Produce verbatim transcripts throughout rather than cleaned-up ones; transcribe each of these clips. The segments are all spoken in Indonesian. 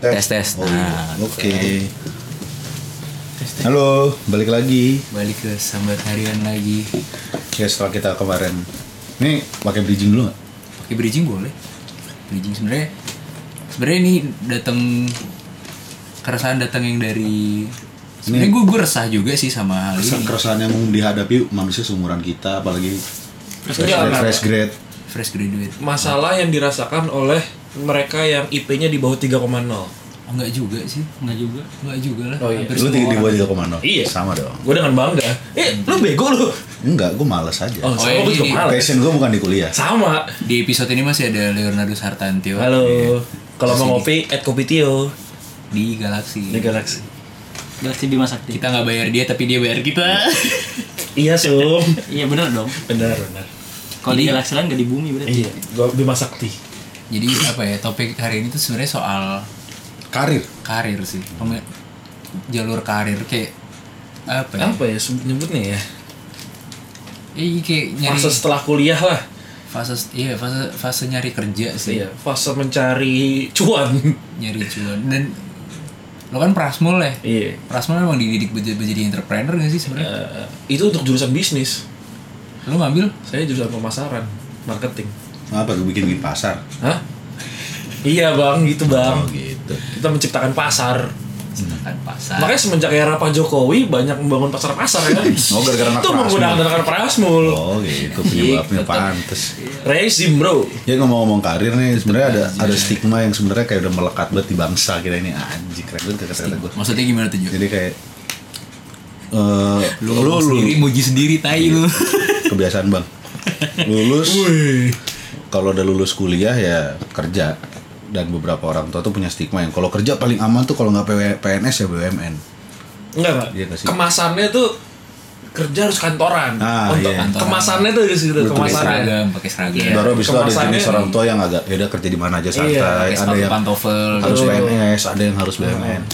Tes tes. Oh, Nah, oke. Okay. Halo, balik lagi. Balik ke sambat harian lagi. Ya setelah kita kemarin. Nih pakai bridging dulu nggak? Pakai bridging boleh. Bridging sebenarnya. Sebenarnya ini datang keresahan datang yang dari. Sebenarnya gue gue resah juga sih sama hal ini. Keresahan yang dihadapi manusia seumuran kita, apalagi fresh, Enggak, fresh, fresh grade. Fresh graduate. Masalah yang dirasakan oleh mereka yang I P-nya di bawah tiga koma nol. Oh, enggak juga sih. Enggak juga. Enggak juga lah. Oh, iya. Hampir Lu semua tinggi di orang. bawah tiga koma nol? Iya. Sama dong. Gue dengan bangga. Eh, lu bego lu. Enggak, gue males aja. Oh, Oh, sama iya, gue juga ini- malas. Passion gue bukan di kuliah. Sama. Di episode ini masih ada Leonardo Sartantio. Halo. Kalau mau Sini. ngopi, at Kopitio Di Galaxy. di Galaxy. Galaxy Bima Sakti. Kita nggak bayar dia tapi dia bayar kita. Iya, Sum. Iya bener dong. Benar, benar. Kalau di galaksi lain gak di bumi berarti. Iya, gue Bima Sakti. Jadi apa ya, topik hari ini tuh sebenarnya soal Karir. karir sih. Pemi- jalur karir kayak apa ya? Apa ya sub- nyebutnya ya? Eh, kayak nyari Fase setelah kuliah lah. fase iya fase fase nyari kerja sih. Iya, fase mencari cuan. Nyari cuan. Dan lo kan Prasmul ya? Iya. Prasmul memang dididik menjadi, menjadi entrepreneur gak sih sebenarnya? Eh, itu untuk jurusan bisnis. Lo ngambil? Saya jurusan pemasaran, marketing. Apa gue bikin bikin pasar? Hah? Iya bang, gitu bang. Oh gitu. Kita menciptakan pasar. Sedangkan pasar. Makanya semenjak era Pak Jokowi banyak membangun pasar-pasar ya kan. Oh, gara-gara anak Itu Prasmul. menggunakan Prasmul. Oh gitu, penyebabnya Iya, pantes. Rezim bro. Ya ngomong-ngomong karir nih, sebenarnya ada ada stigma yang sebenarnya kayak udah melekat banget di bangsa kita ini. Anjing, keren banget kata-kata gue. Maksudnya gimana tuh, Jo? Jadi kayak eh Lu, lu, lu, lu, sendiri, muji sendiri, tai lu. kebiasaan bang, lulus Wih. kalau udah lulus kuliah ya kerja, dan beberapa orang tua tuh punya stigma yang kalau kerja paling aman tuh kalau nggak P N S ya B U M N. Enggak enggak. Iya nggak sih? Kemasannya tuh kerja harus kantoran. Ah, Untuk iya. kemasannya tuh di situ Betul, Pakai kemasannya. seragam, pakai seragam. Iya. Baru abis itu ada Kemasannya jenis orang nih. tua yang agak ya udah kerja di mana aja santai, Iya, Pakai ada sepatu yang pantofel. harus Betul. P N S, ada yang harus B U M N.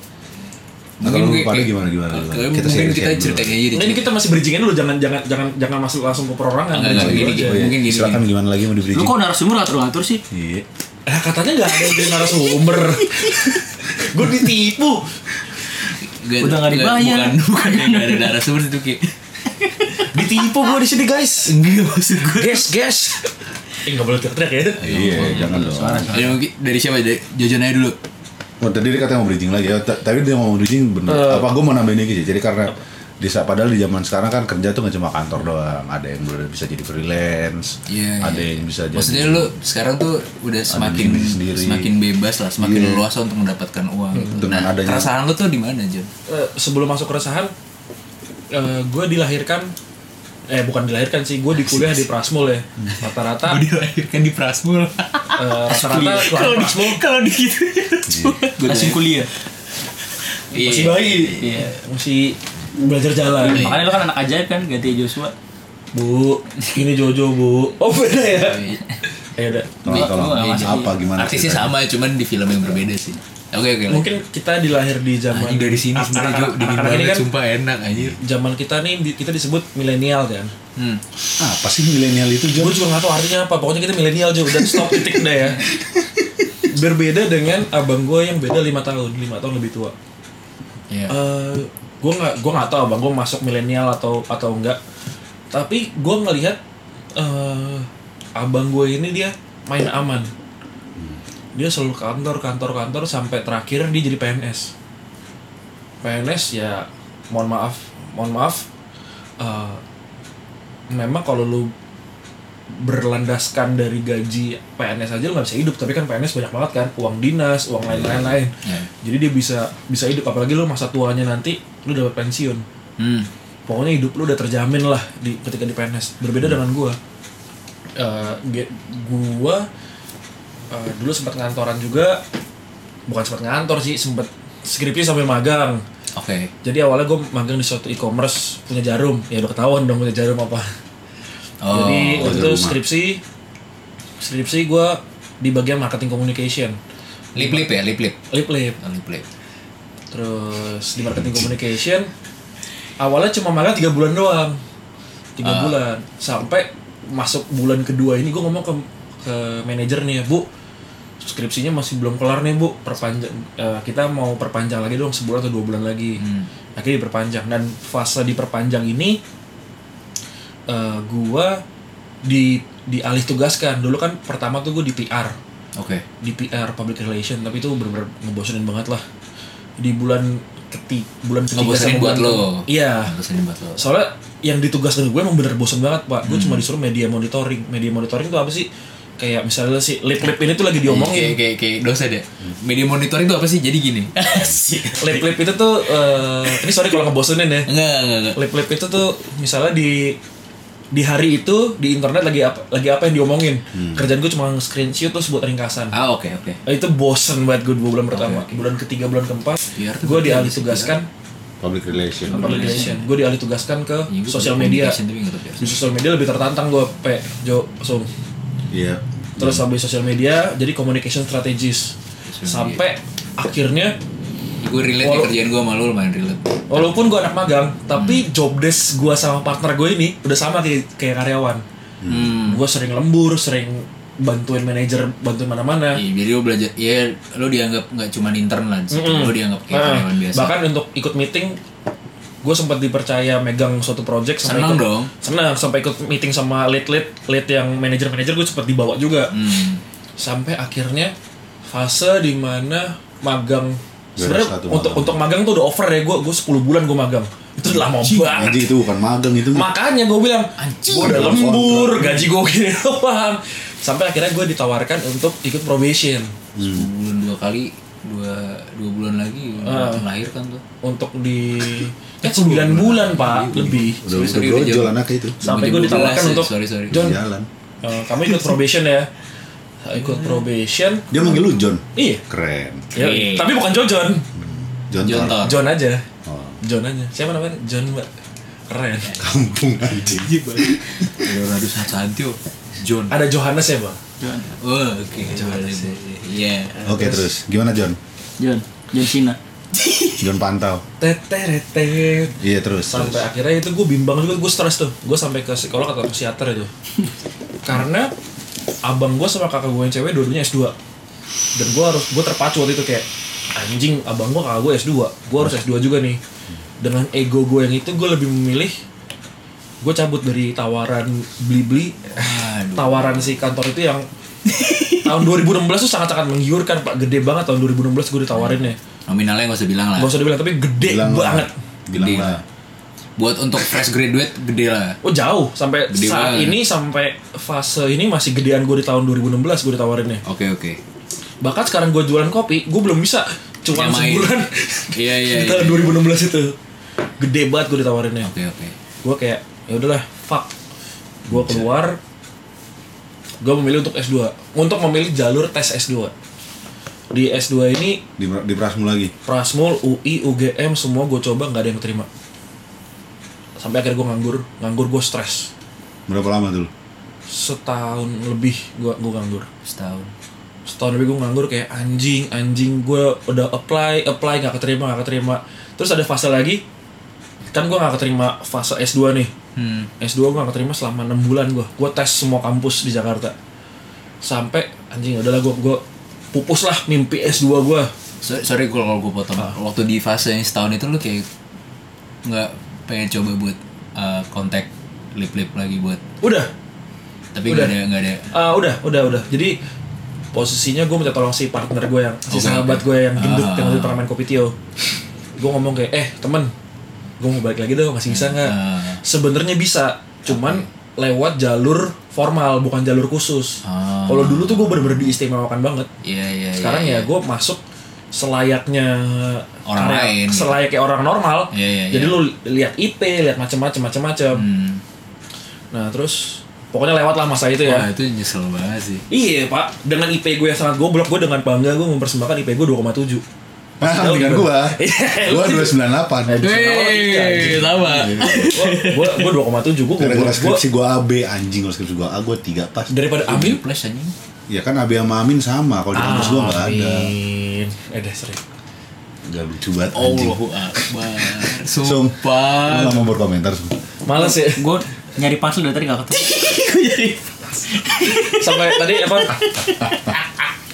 Nah, kalau lu pada gimana gimana? gimana? Kita Kita mungkin share-share kita dulu. ceritain aja di Nah, ini kita masih bridgingin dulu, jangan jangan jangan jangan masuk langsung ke perorangan. Enggak, enggak, Bridging gini, dulu aja. gini. Mungkin Silakan gimana lagi mau di Lu bridging? kok narasumber ngatur-ngatur sih? Iya. Eh, katanya nggak ada yang jadi narasumber. Gue ditipu. Gak, Udah nggak dibayar. Bukan, bukan yang gak ada narasumber itu kayak. Ditipu gue di sini guys. Enggak maksud gue. Guys, guys. Eh nggak boleh teriak ya. Iya, jangan dong. Ada mungkin dari siapa? Dari Jojon aja dulu. Oh, tadi dia katanya mau bridging lagi ya, t- tapi dia mau bridging bener. Uh, Apa gue mau nambahin lagi sih? Jadi karena di saat padahal di zaman sekarang kan kerja tuh nggak cuma kantor doang, ada yang udah bisa jadi freelance, Iya, ada iya. yang bisa jadi. Maksudnya lu sekarang tuh udah semakin bisnis sendiri. semakin bebas lah, semakin Iya. leluasa untuk mendapatkan uang. Dengan Nah, adanya- perasaan lu tuh di mana, Jon? Eh, sebelum masuk keresahan, eh, gue dilahirkan, eh bukan dilahirkan sih, gue di kuliah di Prasmul ya. Rata-rata, Gue dilahirkan di Prasmul. eh, rata-rata keluar Prasmul Kalau di gitu. Gue langsung kuliah. masih bayi, Iya. masih belajar jalan. Makanya lu kan anak ajaib kan, ganti Joshua. Bu, ini Jojo bu. Oh beda ya? Ya udah. Tolong, tolong. Gua nggak masuk. Apa gimana? Artisnya ceritanya? sama, cuman di film yang berbeda sih. Oke oke. Mungkin kita dilahir di zaman Anjing dari sini sebenarnya Jo, dingin anak-anak ini banget, kan, sumpah enak anjir. zaman kita nih di- kita disebut milenial kan. Hmm. Ah, apa sih milenial itu John? Gue juga nggak tahu artinya apa. Pokoknya kita milenial Jo. Udah stop titik udah ya. Berbeda dengan abang gue yang beda lima tahun, lima tahun lebih tua. Iya. Eh, gue nggak gue nggak tahu abang gue masuk milenial atau atau enggak. Tapi gue ngelihat eh abang gue ini dia main aman. Dia selalu kantor kantor kantor sampai terakhir dia jadi P N S. P N S ya mohon maaf mohon maaf. eh, memang kalau lu berlandaskan dari gaji P N S aja lu nggak bisa hidup, tapi kan P N S banyak banget kan, uang dinas, uang lain-lain lain. Iya. Jadi dia bisa bisa hidup, apalagi lu masa tuanya nanti lu dapat pensiun. Hmm. Pokoknya hidup lu udah terjamin lah di ketika di P N S. Berbeda dengan gua. Eh, ge- gua eh, dulu sempat ngantoran juga, bukan sempat ngantor sih, sempat skripsi sambil magang. Oke. Jadi awalnya gua magang di suatu e-commerce punya Jarum, ya udah ketahuan dong punya Jarum apa. Oh, Jadi waktu itu rumah. skripsi skripsi gue di bagian marketing communication. lip lip ya, lip lip. Lip lip. Oh, lip lip. Terus di marketing communication awalnya cuma magang tiga bulan doang. Tiga Ah. bulan. Sampai masuk bulan kedua ini gue ngomong ke ke manajer nih ya, Bu, skripsinya masih belum kelar nih bu, perpanjang uh, kita mau perpanjang lagi dong sebulan atau dua bulan lagi. Hmm. Akhirnya diperpanjang, dan fase diperpanjang ini uh, gua di dialih tugaskan. Dulu kan pertama tuh gue di P R. Oke. Okay. Di P R public relation, tapi itu bener-bener ngebosenin banget lah. Di bulan keti bulan ketiga ngebosenin buat lo. Iya. Ngebosenin buat lo. Soalnya yang ditugaskan gue emang bener bosen banget, Pak. Gue hmm. cuma disuruh media monitoring. Media monitoring itu apa sih? Kayak misalnya si lip-lip ini tuh lagi diomongin. Kayak kayak kayak dosa deh. Media monitoring itu apa sih? Jadi gini. Lip-lip itu tuh uh, ini sorry kalau ngebosenin ya. Enggak, enggak, enggak. Lip-lip itu tuh misalnya di di hari itu di internet lagi apa lagi apa yang diomongin. Hmm. Kerjaan gue cuma screenshot terus buat ringkasan. Ah, oke, okay, oke. Okay. Itu bosen banget gue dua bulan pertama. Okay, okay. Bulan ketiga, bulan keempat gue dialih tugaskan public relation. Public relation. Gue dialih tugaskan ke ya, sosial media. Di sosial media lebih tertantang gue, Pe, Jo, Sum. Iya. Yeah. Terus habis sosial media jadi communication strategist. Sampai akhirnya gue relate nih kerjaan gue sama lu lumayan relate. Walaupun gue anak magang, tapi hmm. job desk gue sama partner gue ini udah sama kayak kayak karyawan. Hmm. Gue sering lembur, sering bantuin manajer, bantuin mana-mana. Iya, jadi lu belajar, ya lu dianggap nggak cuma intern lah, mm-hmm. lu dianggap kayak nah, karyawan biasa. Bahkan untuk ikut meeting, gue sempat dipercaya megang suatu project. Senang ikut, dong. Senang, sampai ikut meeting sama lead-lead, lead yang manajer-manajer gue sempat dibawa juga. Hmm. Sampai akhirnya fase dimana magang. Sebenarnya untuk magang. untuk magang tuh udah over ya, gue gue sepuluh bulan gue magang. Itu lama banget. Anjing, itu bukan magang itu. Makanya gue bilang, gue udah lembur, gaji gue gini doang. Sampai akhirnya gue ditawarkan untuk ikut probation. Hmm. sepuluh bulan dua kali, dua dua bulan lagi uh, melahirkan tuh. Untuk di kan sembilan bulan Pak, lebih. Udah sorry, udah jalan anak itu. Sampai gue ditawarkan ya, untuk sorry, sorry. John, uh, kamu ikut probation ya. Ikut probation. Dia manggil lu John. Iya. Keren. Ya, hey. Tapi bukan John John. John John, John aja. Oh. John aja. Siapa namanya? John, Mbak. Keren. Kampung anjing. Leonardo Santio. John. Ada Johannes ya, Bang? John. Oh, oke. Okay. Johannes. Iya. Oke, terus gimana John? John. John Cena. John Pantau. Teteretet. Iya, terus. Sampai terus. Akhirnya itu gue bimbang juga, gue stres tuh. Gue sampai ke psikolog atau psikiater itu. Karena abang gue sama kakak gue yang cewek dua-duanya S dua. Dan gue harus, gue terpacu waktu itu kayak anjing, abang gue kakak gue S dua, gue harus S dua juga nih. Dengan ego gue yang itu, gue lebih memilih gue cabut dari tawaran Blibli. Tawaran si kantor itu yang tahun dua ribu enam belas tuh sangat-sangat menggiurkan Pak, gede banget tahun dua ribu enam belas gue ditawarinnya. Nominalnya gak usah bilang lah. Gak usah dibilang, tapi gede bilang banget. Bilang gede lah. Buat untuk fresh graduate gede lah. Oh jauh, sampai gede saat banget. Ini sampai fase ini masih gedean gue di tahun dua ribu enam belas gue ditawarinnya. Oke okay, oke. Okay. Bahkan sekarang gue jualan kopi, gue belum bisa cuma sebulan. Iya iya. Di tahun iya. dua ribu enam belas itu gede banget gue ditawarinnya. Oke okay, oke. Okay. Gue kayak ya udahlah, fuck. Gue keluar. Gue memilih untuk S dua, untuk memilih jalur tes S dua. Di S dua ini di, di Prasmul lagi. Prasmul, U I, U G M semua gue coba nggak ada yang terima. Sampai akhirnya gue nganggur, nganggur gue stres. Berapa lama dulu? Setahun lebih gue gue nganggur. Setahun. Setahun lebih gue nganggur kayak anjing, anjing gue udah apply, apply nggak keterima, nggak keterima. Terus ada fase lagi, kan gue nggak keterima fase S dua nih. Hmm. S dua gue nggak keterima selama enam bulan gue. Gue tes semua kampus di Jakarta. Sampai anjing udahlah gue gue pupus lah mimpi S dua gue. So, sorry kalau gue potong. Ah. Waktu di fase yang setahun itu lu kayak nggak pengen coba buat uh, kontak lip-lip lagi buat. Udah. Tapi nggak ada nggak ada. Uh, udah udah udah. Jadi posisinya gue minta tolong si partner gue yang si okay, sahabat okay. gue yang gendut uh, yang uh, pernah main Kopi Tio. Gue ngomong kayak eh temen, gue mau balik lagi dong, masih bisa nggak? Uh, Sebenarnya bisa, cuman okay. lewat jalur formal bukan jalur khusus. Uh, Kalau dulu tuh gue bener-bener diistimewakan banget. Iya yeah, iya. Yeah, Sekarang yeah, ya yeah. gue masuk selayaknya orang lain, selayaknya orang normal. Yeah, yeah, Jadi yeah. lu lihat I P, lihat macam-macam macam-macam. Hmm. Nah terus pokoknya lewat lah masa itu ya. Wah itu nyesel banget sih. Iya Pak, dengan I P gue yang sangat goblok, gue dengan bangga gue mempersembahkan I P gue dua koma tujuh. Nah, dengan gue, gue dua sembilan delapan. Hei, sama. Gue gue dua koma tujuh. Gue gara-gara skripsi gue A B anjing, kalau skripsi gue A gue tiga pas. Daripada Amin plus anjing. Ya kan A B sama Amin sama, kalau di kampus gue nggak ada. Amin, eh deh sering. Gak lucu banget anjing. Allahu Akbar. Sumpah. Lu gak mau berkomentar semua. Males ya. Gue nyari password dari tadi gak ketemu. Gue jadi sampai tadi apa?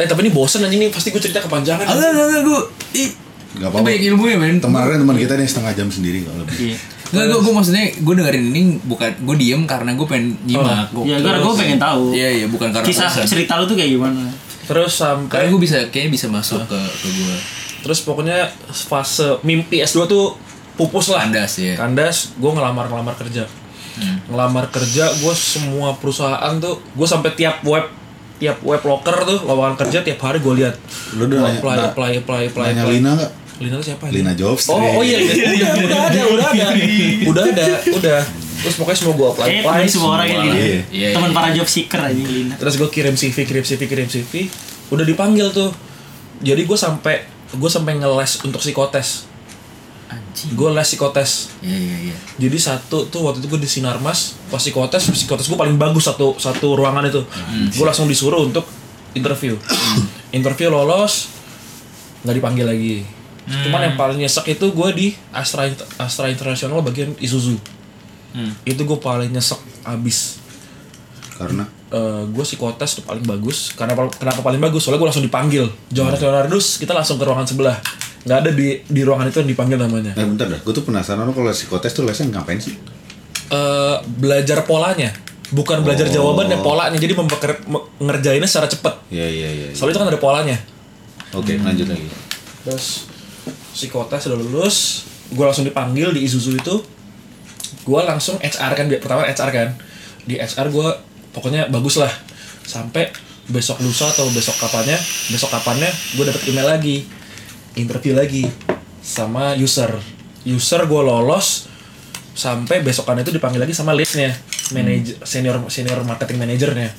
Eh tapi ini bosen anjing nih, pasti gue cerita kepanjangan. Ah, enggak enggak enggak gue. Ih, Gak apa-apa. banyak ilmunya men. Kemarin teman kita nih setengah jam sendiri kalau lebih. Iya. Enggak, gue, gue maksudnya gue dengerin ini bukan gue diem karena gue pengen nyimak. Gua- Ya karena gue pengen tahu. Iya iya bukan karena Kisah alasan. cerita lu tuh kayak gimana? Terus Karena sampai gue bisa kayaknya bisa masuk ke ke gue. terus pokoknya fase mimpi S dua tuh pupus lah. Kandas, ya. Kandas, gue ngelamar-ngelamar kerja. Ngelamar kerja, gue semua perusahaan tuh, gue sampai tiap web tiap web locker tuh lowongan kerja tiap hari gue lihat. Lu udah Gua nanya- apply, nah, apply, apply, apply, Nanya apply. Lina nggak? Lina tuh siapa? Lina Jobs. Oh, oh iya, iya, udah, udah ada, udah ada, udah ada, udah. Terus pokoknya semua gue apply, Kayaknya apply. temen semua orang semua. ini. Iya. Iya, Teman iya. para job seeker aja Lina. Terus gue kirim C V, kirim C V, kirim C V, udah dipanggil tuh. Jadi gue sampai gue sampai ngeles untuk psikotes. Anjing. Gue les psikotes. Iya iya iya. Jadi satu tuh waktu itu gue di Sinarmas pas psikotes, psikotes gue paling bagus satu satu ruangan itu. Gue langsung disuruh untuk interview. Interview lolos, nggak dipanggil lagi. Cuman yang paling nyesek itu gue di Astra Astra International bagian Isuzu. Itu gue paling nyesek abis. Karena Uh, gue psikotes tuh paling bagus. Karena kenapa paling bagus? Soalnya gue langsung dipanggil. Johannes Leonardus kita langsung ke ruangan sebelah. Nggak ada di di ruangan itu yang dipanggil namanya. eh bentar dah, gue tuh penasaran lo kalau psikotes tuh lesnya ngapain sih? Uh, belajar polanya, bukan belajar Oh. jawabannya, polanya. Jadi mempeker, me- ngerjainnya secara cepet. Iya iya iya. iya. Soalnya itu kan ada polanya. Oke, lanjut lagi. Terus psikotes udah lulus, gue langsung dipanggil di Isuzu itu. Gue langsung H R kan, pertama H R kan. Di H R gue pokoknya bagus lah. Sampai besok lusa atau besok kapannya, besok kapannya gue dapet email lagi, interview lagi sama user. User gue lolos, sampai besokan itu dipanggil lagi sama leadnya, manager senior senior marketing manajernya.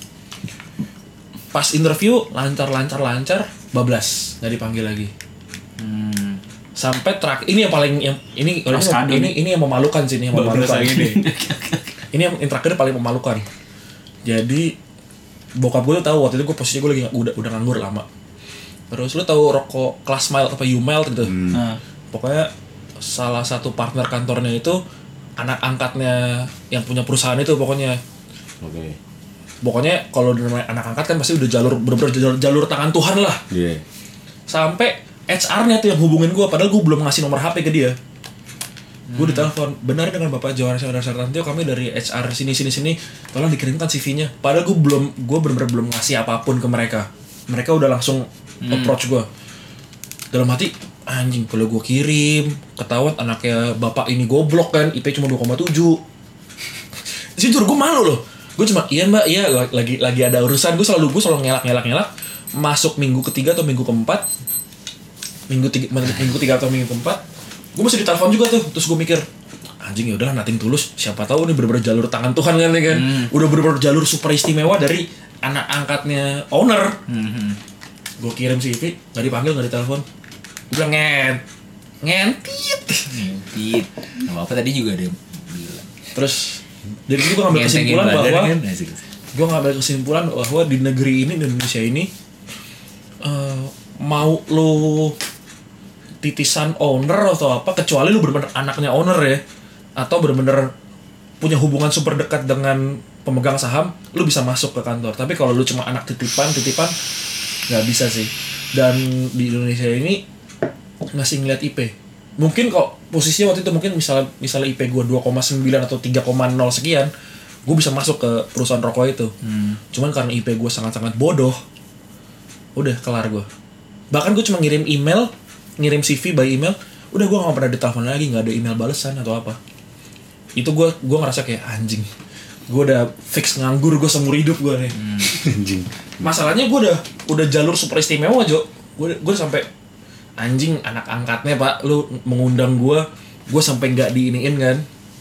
Pas interview lancar lancar lancar, bablas nggak dipanggil lagi. Hmm. Sampai terakhir ini yang paling yang ini ini, Raskado ini ini yang memalukan sih, ini yang Bablas memalukan. lagi deh. Ini yang, yang terakhir paling memalukan. Jadi bokap gue tuh tahu waktu itu gue posisinya gue lagi nggak- udah udah nganggur lama. Terus lu tahu rokok Class Mild apa U-Mild gitu. Nah, Pokoknya salah satu partner kantornya itu anak angkatnya yang punya perusahaan itu pokoknya. Oke. Pokoknya kalau namanya anak angkat kan pasti udah jalur bener-bener jalur, jalur tangan Tuhan lah. Iya. Sampai H R-nya tuh yang hubungin gue, padahal gue belum ngasih nomor H P ke dia. Gue ditelepon, benar dengan Bapak Johannes Sartantio, kami dari H R sini sini sini, tolong dikirimkan C V-nya. Padahal gue belum, gue benar-benar belum ngasih apapun ke mereka. Mereka udah langsung approach gue. Dalam hati, anjing kalau gue kirim, ketahuan anaknya bapak ini goblok kan, I P cuma dua koma tujuh. Jujur gue malu loh. Gue cuma iya mbak, iya lagi lagi ada urusan. Gue selalu gue selalu ngelak ngelak ngelak. Masuk minggu ketiga atau minggu keempat, minggu tiga, minggu ketiga atau minggu keempat, gue masih ditelepon juga tuh. Terus gue mikir, anjing ya udahlah nothing tulus. Siapa tahu ini bener-bener jalur tangan Tuhan kan, kan? Udah bener-bener jalur super istimewa dari anak angkatnya owner. Gue kirim C V, nggak dipanggil, nggak ditelepon. Gue bilang ngent, ngentit. Ngentit. Nggak apa-apa tadi juga ada yang bilang. Terus dari situ gue ngambil Ngentengin kesimpulan badan bahwa kan, asik. gue ngambil kesimpulan bahwa di negeri ini, di Indonesia ini, eh, mau lu titisan owner atau apa, kecuali lu bener-bener anaknya owner ya, atau bener-bener punya hubungan super dekat dengan pemegang saham, lu bisa masuk ke kantor. Tapi kalau lu cuma anak titipan titipan nggak bisa sih. Dan di Indonesia ini masih ngeliat I P. Mungkin kok posisinya waktu itu mungkin misalnya misalnya I P gue dua koma sembilan atau tiga koma nol sekian, gue bisa masuk ke perusahaan rokok itu. Cuman karena I P gue sangat-sangat bodoh, udah kelar gue. Bahkan gue cuma ngirim email, ngirim C V by email, udah gue gak pernah ditelepon lagi, nggak ada email balesan atau apa. Itu gue gue ngerasa kayak anjing, gue udah fix nganggur gue seumur hidup gue nih. Anjing. Masalahnya gue udah udah jalur super istimewa Jo, gue gue sampai anjing anak angkatnya pak, lu mengundang gue, gue sampai nggak diiniin kan,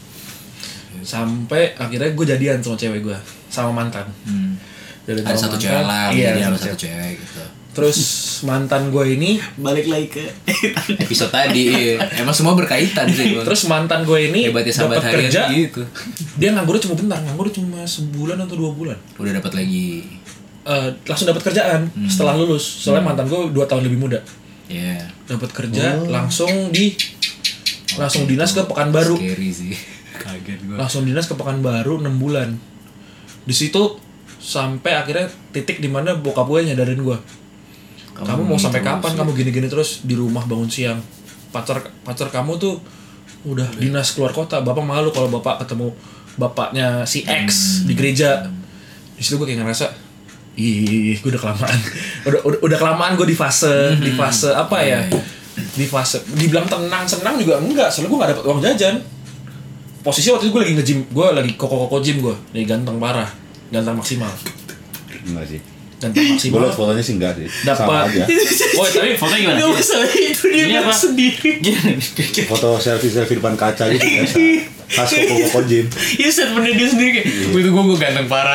sampai akhirnya gue jadian sama cewek gue, sama mantan. Hmm. Jadian Ada sama satu mantan. cewek lah, Iya, jadi satu ada satu cewek. cewek gitu. Terus mantan gue ini, balik lagi ke Episode tadi, iya. Emang semua berkaitan sih. Bang. terus mantan gue ini Hebatnya sahabat dapat harian kerja, gitu. dia nganggurnya cuma bentar, nganggurnya cuma sebulan atau dua bulan. Udah dapat lagi. Eh, langsung dapat kerjaan setelah lulus. Soalnya mantan gue dua tahun lebih muda. Iya. Dapat kerja langsung di langsung dinas ke Pekanbaru. Scary sih. Kaget gue. Langsung dinas ke Pekanbaru enam bulan. Di situ sampai akhirnya titik dimana bokap gue nyadarin gue. kamu mau gini sampai terus, kapan ya. kamu gini-gini terus di rumah bangun siang. Pacar pacar kamu tuh udah dinas keluar kota. Bapak malu kalau bapak ketemu bapaknya si X Hmm. di gereja. Di situ gue kayak ngerasa, ih, gue udah kelamaan. udah, udah udah kelamaan gue di fase di fase apa ya? Di fase dibilang tenang senang juga enggak, soalnya gue gak dapet uang jajan. Posisi waktu itu gue lagi nge-gym, gue lagi koko-koko gym gue, lagi ganteng parah, ganteng maksimal, Enggak sih. ganteng Gue maksimal. liat fotonya sih enggak sih. Sama Dapat. aja. Oh tapi Foto gimana? Gak usah itu dia Ini bilang apa? sendiri. Gini. Foto selfie-selfie depan kaca gitu biasa. Khas koko-koko gym. Iya statementnya dia sendiri kayak itu gue gue ganteng parah.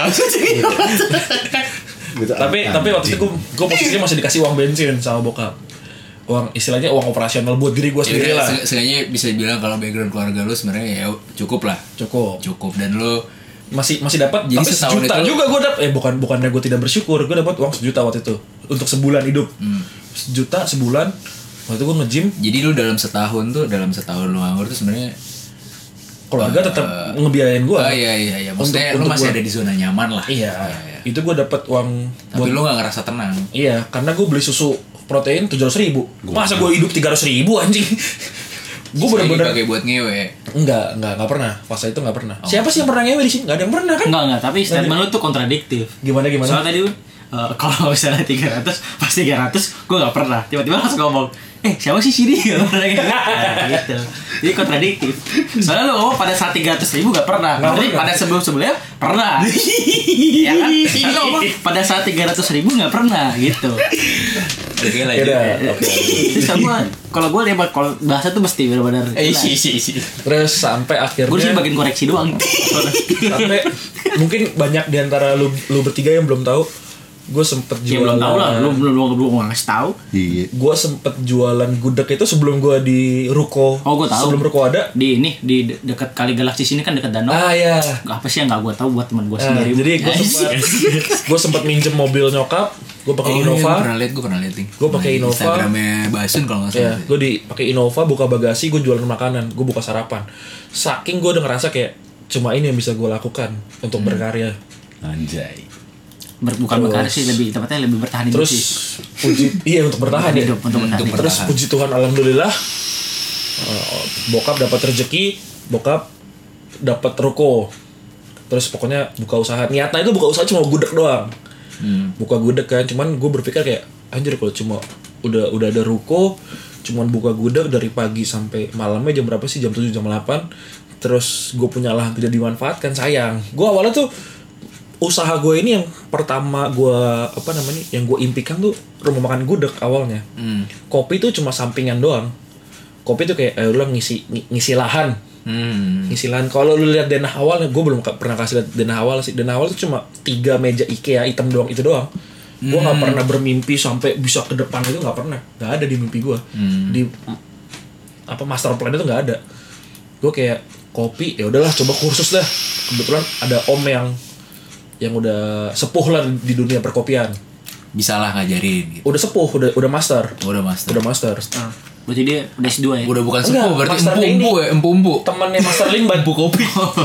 Gitu. tapi tapi waktu itu gue gue posisinya masih dikasih uang bensin sama bokap, uang istilahnya uang operasional buat diri gue sendiri lah. Seenggaknya bisa bilang kalau background keluarga lu sebenarnya ya cukup lah. Cukup. Cukup dan lu Masih masih dapat, Jadi tapi setahun sejuta itu- juga gue dapat. Eh bukan bukannya gue tidak bersyukur, gue dapat uang sejuta waktu itu untuk sebulan hidup. Hmm. Sejuta sebulan. Waktu itu gue nge-gym, jadi lu dalam setahun tuh dalam setahun lu nganggur tuh sebenarnya keluarga tetap ngebiayain gue. oh iya iya iya maksudnya Untuk- lu untuk masih gua- ada di zona nyaman lah. Iya, Iya, iya. itu gue dapat uang Tapi lu gak ngerasa tenang. Iya, karena gue beli susu protein tujuh ratus ribu. Masa gue hidup tiga ratus ribu anjing? Gue Lagi bener-bener pakai buat ngewe. enggak, enggak, enggak pernah. Fase itu enggak pernah. Siapa sih yang pernah ngewe di sini? Enggak ada yang pernah kan? Enggak enggak, tapi statement lu tuh kontradiktif. Gimana gimana? Soalnya tadi eh, kalau misalnya tiga ratus pas tiga ratus gue gak pernah. Tiba-tiba langsung ngomong, "Eh, siapa sih Siri?" Gak pernah gitu. Nah, gitu. Jadi kontradiktif. Soalnya lu ngomong pada saat tiga ratus ribu gak pernah. Nggak Berarti pernah. pada sebelum-sebelumnya pernah. Ya kan? Tapi lu ngomong pada saat tiga ratus ribu gak pernah gitu. Oke Ya lanjut. udah, Ya. oke. Terus sama kalau gue lihat kalau bahasa tuh mesti benar-benar. Eh isi isi isi. Terus sampai akhirnya Gue sih bagian koreksi doang. sampai mungkin banyak di antara lu lu bertiga yang belum tahu, gue sempet Ya jualan. belum tahu lah, lu belum belum belum ngasih tahu. Iya. Gue sempet jualan gudeg itu sebelum gue di ruko. Oh, gua tahu. Sebelum ruko ada. Di ini di de- dekat Kali Galaksi sini kan dekat danau. Ah ya. Apa sih yang nggak gue tahu buat teman gue Nah, sendiri. jadi gue Ya, sempet gue sempet minjem mobil nyokap, gue pakai Oh, Innova. iya, gue pernah liat, gue pernah liat nih. Gua pakai Di Innova. Instagramnya Basun kalau nggak Ya, salah. gue di pakai Innova, buka bagasi, gue jualan makanan, gue buka sarapan. Saking gue udah ngerasa kayak cuma ini yang bisa gue lakukan untuk Hmm. berkarya. Anjay. ber- bukan Terus- berkarya sih, lebih tepatnya lebih bertahan hidup Terus sih. puji, iya untuk bertahan ya. Hidup, untuk bertahan Untuk hidup. Terus bertahan. puji Tuhan alhamdulillah, eh, bokap dapat rezeki, bokap dapat ruko. Terus pokoknya buka usaha. Niatnya itu buka usaha cuma gudeg doang. Hmm. Buka gudeg kan, cuman gue berpikir kayak anjir kalau cuma udah udah ada ruko, cuman buka gudeg dari pagi sampai malamnya jam berapa sih? Jam tujuh jam delapan. Terus gue punya lahan tidak dimanfaatkan, sayang. Gue awalnya tuh usaha gue ini yang pertama gue apa namanya yang gue impikan tuh rumah makan gudeg awalnya. Hmm. Kopi tuh cuma sampingan doang. Kopi tuh kayak eh, lu ngisi ng- ngisi lahan, Hmm. ngisi lahan. Kalau lu lihat denah awalnya, gue belum ka- pernah kasih lihat denah awal sih. Denah awal tuh cuma tiga meja IKEA hitam doang, itu doang. Gue nggak pernah bermimpi sampai bisa ke depan, itu nggak pernah, nggak ada di mimpi gue. Di apa master plan itu nggak ada. Gue kayak kopi, ya udahlah coba kursus dah. Kebetulan ada om yang yang udah sepuh lah di dunia perkopian. Bisa lah ngajarin gitu. Udah sepuh, udah udah master, Udah master. udah master. Ah, berarti dia udah S dua ya. Udah bukan Enggak, sepuh berarti masternya empu-empu ini. ya, empu-empu. Temannya Master Limbat. Empu kopi.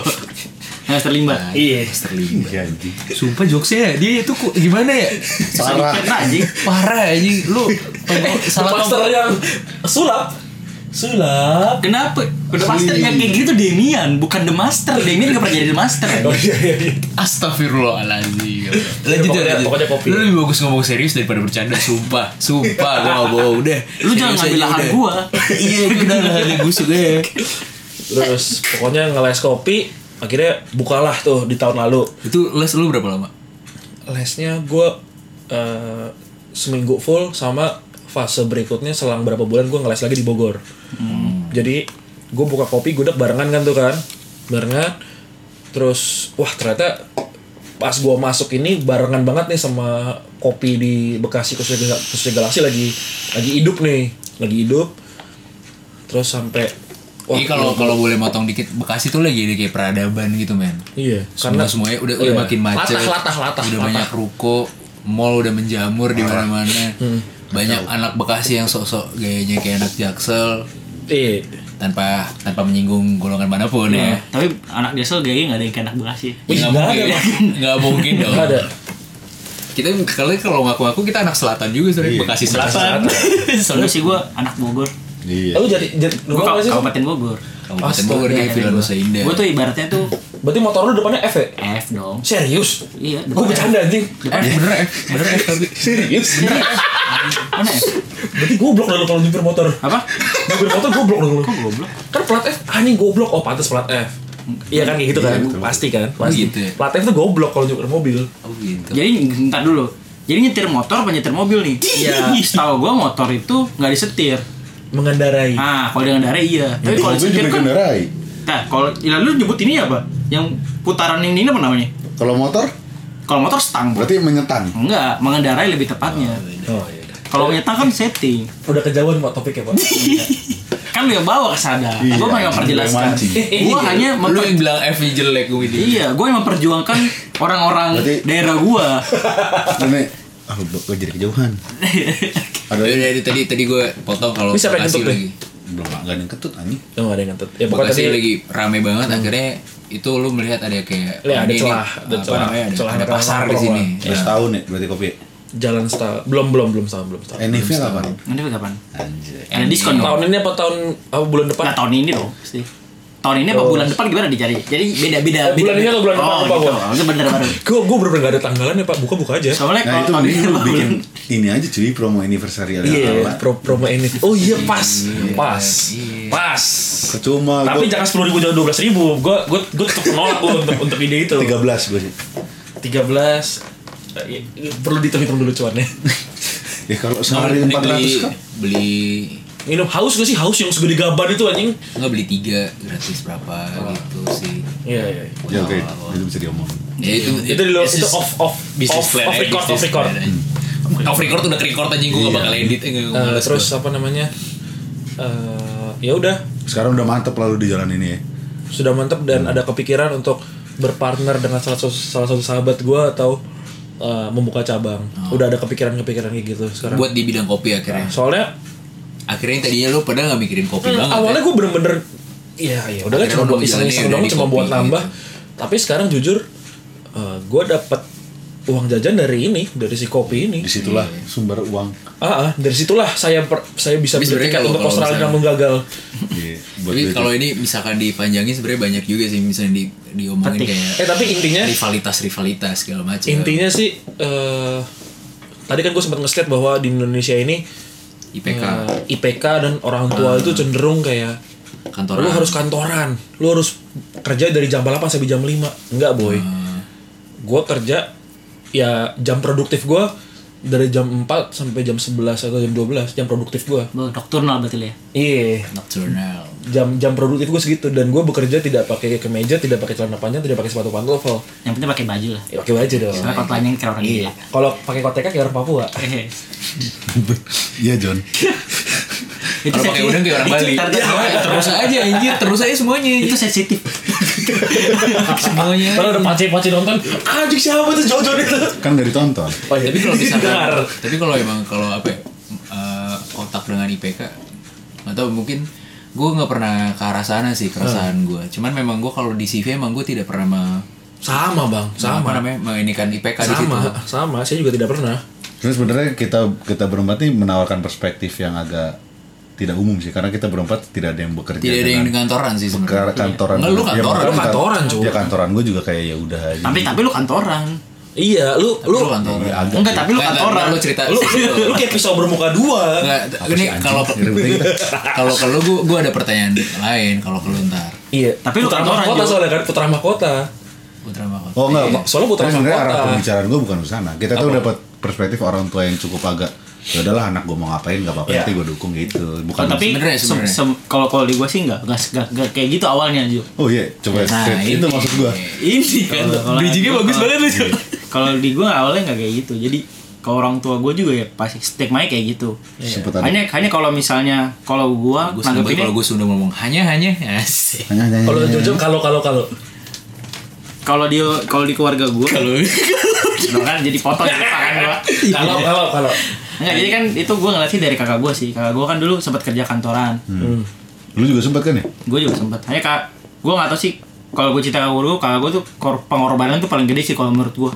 Yang terlibat. Iya. Master Limba. Iya anjing. Sumpah jokesnya dia itu kok gimana ya? Parah. anjing. Parah anjing. Lu tongkol- salah Master tongkol. yang sulap. Sulap. Kenapa? Udah master yang kayak gitu Demian, bukan The Master. Demian gak pernah jadi The Master. Oh iya iya iya. Astagfirullahaladzim. Lanjut Pokoknya- ya, lanjut. pokoknya kopi. Lu lebih bagus ngomong serius daripada bercanda, sumpah. Sumpah, gua gak bohong. Udah. Lu jangan serius ngambil aja, lahan udah. gua. Iya, udah lahan yang busuk ya. Terus pokoknya ngeles kopi, akhirnya bukalah tuh di tahun lalu. Itu les lu berapa lama? Lesnya gue uh, seminggu full, sama fase berikutnya selang berapa bulan gue ngeles lagi di Bogor. Jadi gue buka kopi gudeg barengan kan tuh kan, barengan. Terus wah ternyata pas gue masuk ini barengan banget nih sama kopi di Bekasi khususnya, khususnya Galaksi lagi lagi hidup nih, lagi hidup. Terus sampai wah, Ini kalau kalau boleh motong dikit, Bekasi tuh lagi jadi kayak peradaban gitu men. iya Karena semuanya udah udah iya. makin macet. Latah, latah, latah, Udah latah. banyak ruko, mall udah menjamur di mana-mana. Banyak anak Bekasi yang sok-sok gayanya kayak anak Jaksel Iya. tanpa tanpa menyinggung golongan manapun ya. Tapi anak Jaksel gayanya gak ada yang kayak anak Bekasi. Ih, Nggak nggak mungkin, ada, nggak mungkin dong. Nggak ada. kita kalau kalau ngaku-ngaku kita anak selatan juga sebenarnya, Iya. Bekasi Selatan. Soalnya sih gue anak Bogor. Iya. Lu jadi jadi Gue lu apa sih? Kabupaten Bogor. Kabupaten Bogor kayak Villa Nusa Indah. Gue tuh ibaratnya tuh Berarti motor lu depannya F ya? F dong. Serius? Iya. Gue bercanda anjing. Eh, bener F, bener F tapi. Serius? Mana F? Berarti goblok lah lu kalau nyupir motor. Apa? Nyupir motor goblok dong lu. Kok goblok? Kan plat F anjing goblok. Oh, pantas plat F. Iya kan kayak gitu kan? Pasti kan? Pasti. gitu ya? Plat F tuh goblok kalau nyupir mobil. Oh gitu. Jadi ntar dulu. Jadi nyetir motor apa nyetir mobil nih? Iya. Setahu gue motor itu nggak disetir. Mengendarai. Ah, kalau dengan daerah iya. Tapi kalau mobil disetir juga kan. kendarai. Nah, kalau ya lu nyebut ini apa? Yang putaran yang ini apa namanya? Kalau motor Kalau motor stang. Bro. berarti menyetang. Enggak, mengendarai lebih tepatnya. Oh iya. Kalau menyetang kan setting. Udah kejauhan Pak topiknya Pak. Kan lu yang bawa ke sana. Iya, Gue mau yang yang memperjelaskan. mancing. Gue hanya Lu memper- yang bilang F jelek gue ini. Iya, gue yang memperjuangkan orang-orang Berarti- daerah gue. Ini ah gue jadi kejauhan. Ada Dari, dari tadi tadi gue potong kalau Ini siapa yang Bekasi kentut lagi. belum enggak ada yang ketut anjing. Oh, gak ada yang ngentut. Ya pokoknya Bekasi tadi lagi rame banget akhirnya itu lu melihat ada kayak Ya, ada ini- ini, celah, ada apa celah. namanya, ada, Celah ada nongkrong pasar di lah. sini. Udah setahun ya berarti kopi. jalan setahun. Belum belum belum setahun belum setahun. Enifnya kapan? Nanti kapan? Anjir. Ada diskon dong. Tahun ini apa tahun apa bulan depan? Nah, tahun ini dong. Pasti. Tahun ini apa Oh. bulan depan gimana dicari? Jadi beda-beda. Oh, bulan ini atau bulan depan, Oh, lupa gitu. gua. Itu bener baru. Gue gue bener-bener gak ada tanggalan ya Pak. Buka-buka aja. Soalnya Nah kalau itu tahun mending ini lu apa bikin bulan- ini aja cuy promo anniversary ala Iya, ala. pro promo ini. Oh iya pas, pas, pas. Percuma Tapi gua jangan sepuluh ribu jangan dua belas ribu. Gue gue gue tetap menolak gue untuk untuk ide itu. tiga belas gue sih. Tiga belas. Eh, perlu dihitung-hitung dulu cuannya. Ya kalau Nah, sehari ini empat beli ratus kan. beli Minum haus gak sih? Haus yang segede gaban itu anjing. nggak beli tiga gratis berapa gitu sih. Iya iya. Ya oke, itu bisa diomong. Ya itu Itu dulu it's itu just off off business off plan off aja, record business off record. plan aja. Off record udah record aja gue nggak Iya. bakal edit eh, nggak Eh, males terus gua. apa namanya? Eh ya udah Sekarang udah mantep lalu di jalan ini ya. sudah mantep dan ada kepikiran untuk berpartner dengan salah satu salah satu sahabat gue atau eh, membuka cabang. Udah ada kepikiran-kepikiran kayak gitu sekarang. buat di bidang kopi akhirnya. Soalnya Akhirnya yang tadinya lu pada nggak mikirin kopi hmm, banget. awalnya ya. gue bener-bener ya ya udah kan Akhirnya cuma lu buat iseng-iseng jalannya doang udah di cuma kopi buat nambah. gitu. Tapi sekarang jujur gue dapet uang jajan dari ini, dari si kopi ini. Disitulah sumber uang. Ah, ah, dari situlah saya per, saya bisa Tapi beli sebenarnya tiket kalau- untuk kalau Australia misalnya- namun gagal. Iya, buat Tapi duit. kalau ini misalkan dipanjangin sebenarnya banyak juga sih misalnya di diomongin Petik. kayak Eh tapi intinya rivalitas rivalitas segala macam. intinya sih eh tadi kan gue sempat nge-state bahwa di Indonesia ini I P K eh, I P K dan orang tua itu cenderung kayak kantoran. lu harus kantoran, lu harus kerja dari jam delapan sampai jam lima. Enggak, boy. Ah. Gue kerja ya jam produktif gue dari jam empat sampai jam sebelas atau jam dua belas jam produktif gue. Oh, Nocturnal berarti ya. Iya, nocturnal. jam jam produktif gue segitu dan gue bekerja tidak pakai kemeja, tidak pakai celana panjang, tidak pakai sepatu pantofel. Yang penting pakai baju lah. Ya pakai baju dong. Soalnya kot lainnya kira orang Iya. gila. Kalau pakai koteka kayak orang Papua. Eh, Iya John. Itu Kalau pakai sensitif. udang kayak orang Itu Bali. tar- Ya, terus aja anjir, terus aja semuanya. Itu sensitif. semuanya. Kalau ada paci-paci nonton, anjing siapa tuh Jojo itu? Kan gak ditonton. Oh, iya. Tapi kalau misalkan, Dengar. tapi kalau emang kalau apa ya, eh, otak dengan I P K, atau mungkin gue nggak pernah ke arah sana sih keresahan gue. Cuman memang gue kalau di C V emang gue tidak pernah me, sama bang, apa sama, namanya menginikan I P K di situ. sama, sama. Saya juga tidak pernah. Terus sebenarnya kita kita berempat nih menawarkan perspektif yang agak tidak umum sih karena kita berempat tidak ada yang bekerja Tidak ada yang di dengan kantoran sih Bekar, sebenarnya. kantoran. Enggak, lu Ya, kantoran. makanya Lu kantoran, cuy. Ya kantoran gue juga kayak ya udah aja. Tapi tapi lu kantoran. Iya, lu Lu lu kantoran. Iya, agak Enggak, sih. tapi lu Nggak, kantoran. nggak, lu cerita. lu, lu, lu kayak pisau bermuka dua. Nggak, ini kalau kalau kalau gue gue ada pertanyaan lain kalau kalau ntar. Iya, Tapi lu putra kantoran, mahkota Jo. soalnya kan putra mahkota. Putra Mahkota. Oh enggak, Iya, soalnya putra Tapi sebenarnya mahkota. arah pembicaraan gue bukan ke sana. Kita tuh dapat perspektif orang tua yang cukup agak ya udahlah anak gue mau ngapain nggak apa-apa Iya. nanti gue dukung gitu. Bukan Oh, tapi sebenarnya, se- sebenarnya. se- kalau kalau di gua sih enggak, enggak, enggak, enggak kayak gitu awalnya, Ju. Oh iya, coba Nah, straight. ini. Itu maksud gue. Ini kan Bridging-nya bagus banget lu, Ju. Kalau di gua awalnya enggak kayak gitu. Jadi kalau orang tua gua juga ya pasti stigma kayak gitu. Sempet ada. Hanya hanya kalau misalnya kalau gua Gue seneng banget nanggepinnya kalau gue sudah ngomong hanya hanya asik. Hanya hanya. Kalau Jojo kalau kalau kalau kalau di kalau di keluarga gua Kalau Loh kan jadi potong di tangan gua. kalau kalau kalau Enggak, jadi kan itu gua ngeliatnya dari kakak gua sih. Kakak gua kan dulu sempat kerja kantoran. Hmm. Lu juga sempat kan ya? Gue juga sempat. Hanya kak, gue nggak tahu sih kalau gue cerita ke guru, kakak gue tuh kor- pengorbanan tuh paling gede sih kalau menurut gue.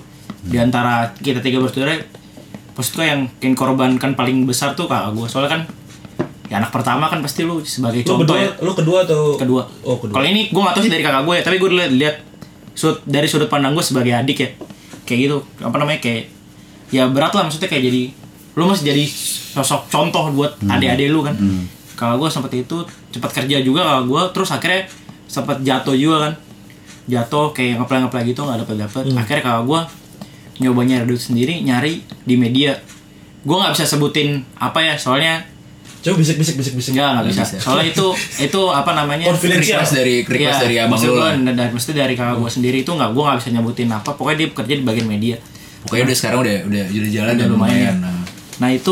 Di antara kita tiga bersaudara, maksud gue yang yang korban kan paling besar tuh kakak gue. Soalnya kan ya anak pertama kan pasti lu sebagai Lu contoh kedua, ya. lu kedua atau Kedua. Oh, kedua. Kalau ini gue gak tahu sih dari kakak gue ya, tapi gue lihat lihat sud, dari sudut pandang gue sebagai adik ya. Kayak gitu, apa namanya kayak ya berat lah maksudnya kayak jadi lu masih jadi sosok contoh buat hmm. adik-adik lu kan. Hmm. Kalau gue sempat itu cepat kerja juga kalau gue, terus akhirnya sempat jatuh juga kan, jatuh kayak ngeplay-ngeplay gitu nggak dapet dapet. Hmm. Akhirnya kalau gue nyoba nyari duit sendiri, nyari di media. Gue nggak bisa sebutin apa ya, soalnya coba bisik bisik bisik bisik. Nggak nggak bisa. bisa. Soalnya itu itu apa namanya? Confidential. Request dari request ya, dari abang lu. Dan dan mesti dari kakak gue sendiri itu nggak, gue nggak bisa nyebutin apa. Pokoknya dia bekerja di bagian media. Pokoknya udah sekarang udah udah udah jalan Udah dan lumayan. lumayan. Nah. Nah itu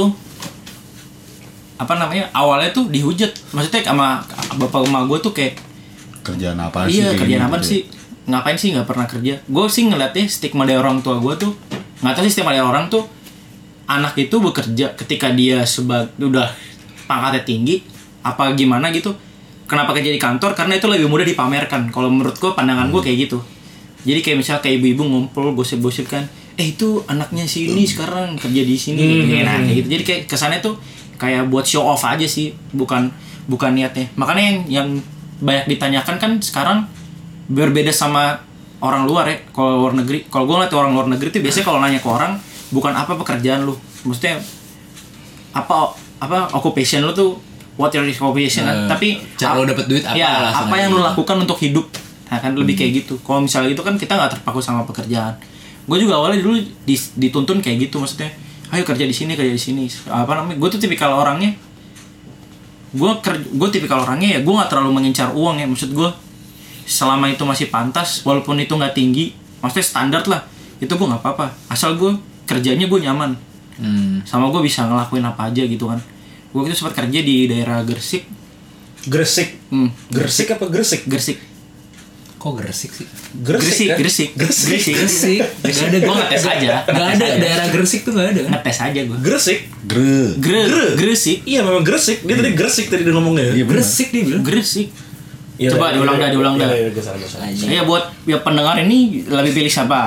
apa namanya, awalnya tuh dihujat, maksudnya sama bapak emak gue tuh kayak Kerjaan apa sih? iya kayak kerjaan gitu apa ya? sih, ngapain sih nggak pernah kerja. Gue sih ngeliatnya stigma dari orang tua gue tuh, nggak tahu sih stigma dari orang tuh, anak itu bekerja ketika dia sebagai udah pangkatnya tinggi apa gimana gitu, kenapa kerja di kantor, karena itu lebih mudah dipamerkan. Kalau menurut gue, pandangan gue kayak gitu. Jadi kayak misalnya kayak ibu-ibu ngumpul gosip-gosip kan, eh itu anaknya si ini sekarang kerja di sini, hmm. nah kayak gitu. Jadi kayak kesannya tuh kayak buat show off aja sih, bukan bukan niatnya. Makanya yang yang banyak ditanyakan kan sekarang berbeda sama orang luar ya. Kalau luar negeri, kalau gue ngeliat orang luar negeri tuh biasanya kalau nanya ke orang, bukan apa pekerjaan lu, maksudnya apa apa occupation lu tuh, what your occupation, uh, tapi cara lu dapet duit apa, ya, apa yang gitu. lu lakukan untuk hidup. Nah kan lebih hmm. kayak gitu. Kalau misalnya gitu kan kita nggak terpaku sama pekerjaan. Gue juga awalnya dulu dituntun kayak gitu, maksudnya ayo kerja di sini, kerja di sini. Apa namanya? Gue tuh tipikal orangnya. Gue gue tipikal orangnya ya. Gue nggak terlalu mengincar uang ya. Maksud gue selama itu masih pantas, walaupun itu nggak tinggi, maksudnya standar lah. Itu gue nggak apa-apa. Asal gue kerjanya gue nyaman. Hmm. Sama gue bisa ngelakuin apa aja gitu kan. Gue itu sempat kerja di daerah Gresik. Gresik. Hmm. Gresik apa Gresik? Gresik. Kok Gresik sih? Gresik, kan? Gresik, Gresik, Gresik, Gresik. Gresik. Gak ada, gue ngetes aja. Gak ada, daerah Gresik tuh gak ada. Ngetes aja gue. Gresik. Gre. Gre, Gresik. Iya memang Gresik. Dia tadi Gresik tadi dia ngomongnya. Iya, bener. Gresik dia bilang. Gresik. Iya, Coba iya, diulang iya, dah, diulang dah. Iya, iya, gue salah, gue salah. Iya buat ya pendengar ini lebih pilih siapa?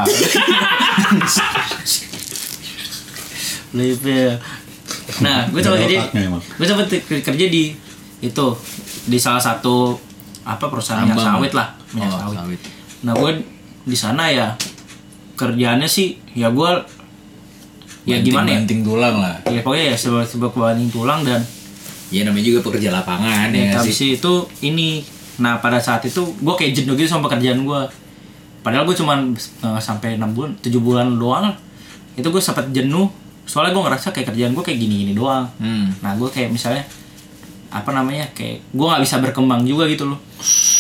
Lebih pilih. Nah, gue coba kerja. Gue coba kerja di itu di salah satu apa perusahaan minyak sawit lah, minyak oh, sawit. sawit. Nah, gue di sana ya kerjaannya sih ya gue ya gimana ya? Banting tulang lah. Ya pokoknya ya sebuah sebuah banting tulang dan ya namanya juga pekerja lapangan ya, ya sih. sih itu ini. Nah pada saat itu gue kayak jenuh gitu sama pekerjaan gue. Padahal gue cuma uh, sampai enam bulan, tujuh bulan doang. Itu gue sempat jenuh. Soalnya gue ngerasa kayak kerjaan gue kayak gini-gini doang. Hmm. Nah gue kayak misalnya apa namanya kayak gue nggak bisa berkembang juga gitu loh.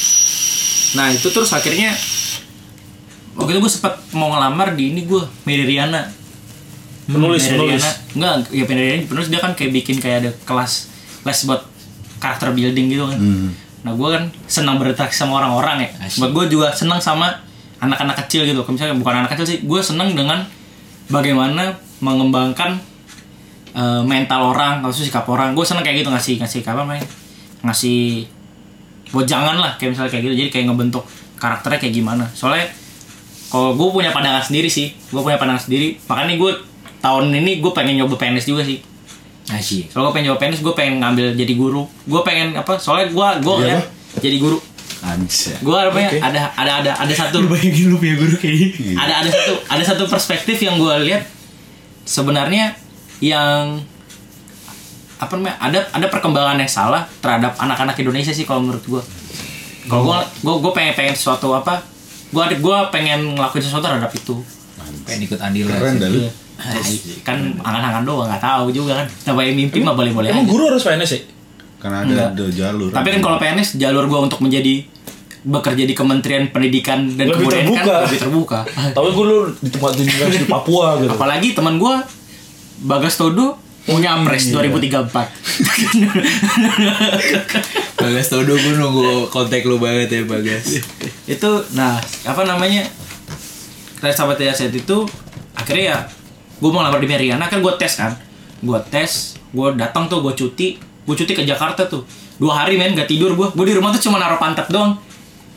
Nah itu terus akhirnya waktu itu gue sempat mau ngelamar di ini gue Mederiana. Penulis, hmm, penulis. Enggak, ya Mederiana penulis, dia kan kayak bikin kayak ada kelas les buat karakter building gitu kan. Hmm. Nah gue kan senang berinteraksi sama orang-orang ya. Asyik. Buat gue juga senang sama anak-anak kecil gitu. Misalnya bukan anak kecil sih, gue senang dengan bagaimana mengembangkan uh, mental orang, atau sikap orang. Gue senang kayak gitu, ngasih ngasih apa namanya, ngasih wejangan lah, kayak misalnya kayak gitu. Jadi kayak ngebentuk karakternya kayak gimana. Soalnya kalau gue punya pandangan sendiri sih, gue punya pandangan sendiri. Makanya gue tahun ini gue pengen nyoba P N S juga sih. Asyik. Soalnya gue pengen nyoba P N S, gue pengen ngambil jadi guru. Gue pengen apa? Soalnya gue gue ya, jadi guru. Anjir. Gue apa ya? Okay. Ada ada ada ada satu. Lu bayangin lu punya guru kayak gini. Ada ada satu ada satu perspektif yang gue lihat sebenarnya yang apa namanya? Ada ada perkembangan yang salah terhadap anak-anak Indonesia sih kalau menurut gue. Kalau gue gue gue pengen pengen sesuatu apa? Gue gue pengen ngelakuin sesuatu terhadap itu. Pengen ikut andil lah. Keren dah lu. Kan angan-angan doang, nggak tahu juga kan. Namanya mimpi mah boleh-boleh aja. Emang guru harus P N S ya? Karena ada, ada jalur. Tapi kan kalau P N S jalur gue untuk menjadi bekerja di Kementerian Pendidikan dan lebih Kebudayaan terbuka. kan lebih terbuka. Tapi gue lu di tempat di di Papua gitu. Apalagi teman gue Bagas Todo punya Apres dua ribu tiga puluh empat. Bagas Todo, gue nunggu kontak lu banget ya Bagas. Itu nah apa namanya, tes sahabat saat itu akhirnya ya gue mau ngelamar di Meriana kan, gue tes kan, gue tes, gue datang tuh, gue cuti, gue cuti ke Jakarta tuh dua hari men, gak tidur gue, gue di rumah tuh cuma naruh pantat doang.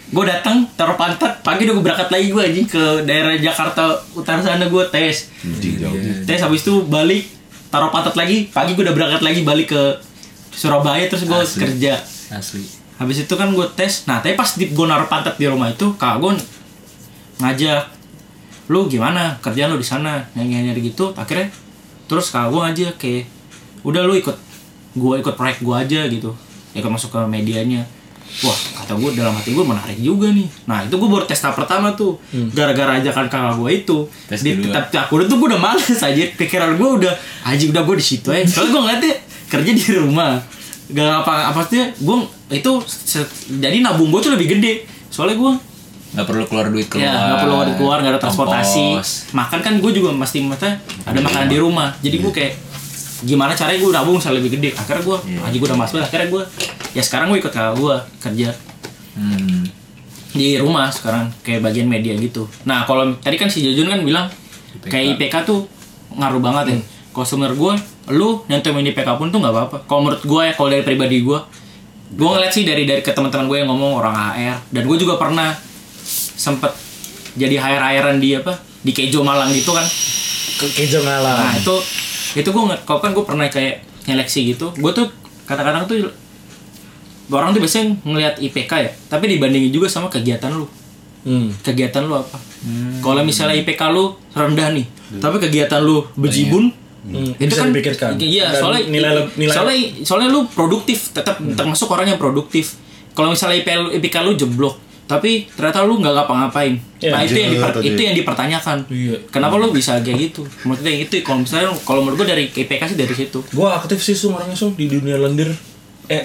gue datang taruh pantat, pagi udah gue berangkat lagi gue anjing ke daerah Jakarta Utara sana gue tes. Anjing jauh. Tes habis itu balik taruh pantat lagi, pagi gue udah berangkat lagi balik ke Surabaya terus gue Asli. kerja. Asli. Habis itu kan gue tes. Nah, tapi pas di, gue naruh pantat di rumah itu, kakak gue ngajak, "Lu gimana? Kerjaan lu di sana?" Nyanyi-nyanyi gitu. Akhirnya terus kakak gue ngajak kayak, "Udah lu ikut gue ikut proyek gue aja gitu." Ikut masuk ke medianya. Wah, kata gue dalam hati gue menarik juga nih. Nah, itu gue baru tes tahap pertama tuh. Hmm. Gara-gara ajakan kakak gue itu. Tes Di kedua. tahap kedua tuh gue udah males aja. Pikiran gue udah, anjing udah gue di situ aja. Soalnya gue ngeliatnya kerja di rumah. Gak apa apa sih, gue itu se- jadi nabung gue tuh lebih gede. Soalnya gue Nggak perlu keluar duit keluar. ya nggak perlu ada keluar, nggak ada transportasi. Ongkos. Makan kan gue juga pasti maksudnya ada makanan di rumah. Jadi gue kayak gimana caranya gue nabung bisa lebih gede. Akhirnya gue, Iya. anjing gue udah mas banget. Akhirnya gue, ya sekarang gue ikut kakak gue kerja Hmm. di rumah sekarang kayak bagian media gitu. Nah kalau tadi kan si Jojun kan bilang I P K. kayak I P K tuh ngaruh banget ya. Kalau sebenarnya gue, lu nyantumin I P K pun tuh nggak apa-apa. Kalau menurut gue ya, kalau dari pribadi gue, gue ngeliat sih dari dari ke teman-teman gue yang ngomong orang H R, dan gue juga pernah sempet jadi hire-hirean di apa di Kejo Malang gitu kan. Ke Kejo Nah ngalah. itu itu gue nggak, kau kan gue pernah kayak nyeleksi gitu. Gue tuh kadang-kadang tuh orang tuh biasanya ngelihat I P K ya, tapi dibandingin juga sama kegiatan lu. Hmm. Kegiatan lu apa? Kalau misalnya I P K lu rendah nih, tapi kegiatan lu bejibun, Hmm. itu Bisa kan dipikirkan. iya, Dan soalnya nilai leb- nilai soalnya soalnya lu produktif, tetap termasuk orang yang produktif. Kalau misalnya I P K lu, I P K lu jeblok, tapi ternyata lu nggak ngapa-ngapain. Iya, Nah, itu yang diper- tadi. itu yang dipertanyakan. Iya. Kenapa lu bisa kayak gitu? Maksudnya itu kalau misalnya kalau menurut gua dari I P K sih dari situ. Gue aktif sih Sung orangnya Sung di dunia lendir. Eh,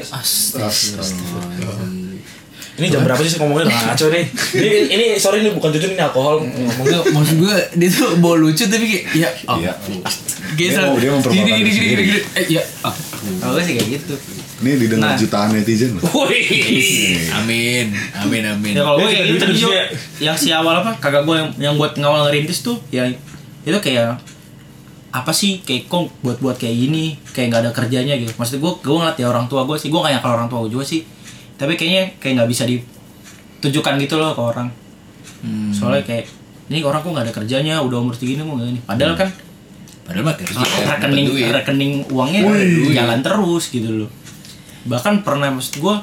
ini jam berapa sih ngomongnya ngaco nih. Ini ini sorry ini bukan cucu ini alkohol. Ngomongnya Enggak, maksud gue dia tuh bawa lucu tapi kayak ya oh. Iya. Kayak Dia sel- mau- dia mempermalukan gini gini gini sendiri. gini gini. Eh ya. ah. Kalau gua sih kayak gitu. Ini didengar Nah. jutaan netizen loh. Wih. Amin. Amin amin. Ya kalau gue Dia kayak juga gitu duit Jo. juga. Yang si awal apa kakak gue yang, yang buat ngawal ngerintis tuh ya itu kayak apa sih kayak kok buat-buat kayak gini kayak nggak ada kerjanya gitu. Maksud gue gue ngeliat ya orang tua gue sih, gue kayak kalau orang tua gue juga sih, tapi kayaknya kayak nggak bisa ditujukan gitu loh ke orang. Hmm. Soalnya kayak ini orang kok nggak ada kerjanya udah umur segini mau nggak ini, padahal kan Padahal mah kerja rekening dapat duit. rekening uangnya Wih. jalan terus gitu loh. Bahkan pernah maksud gue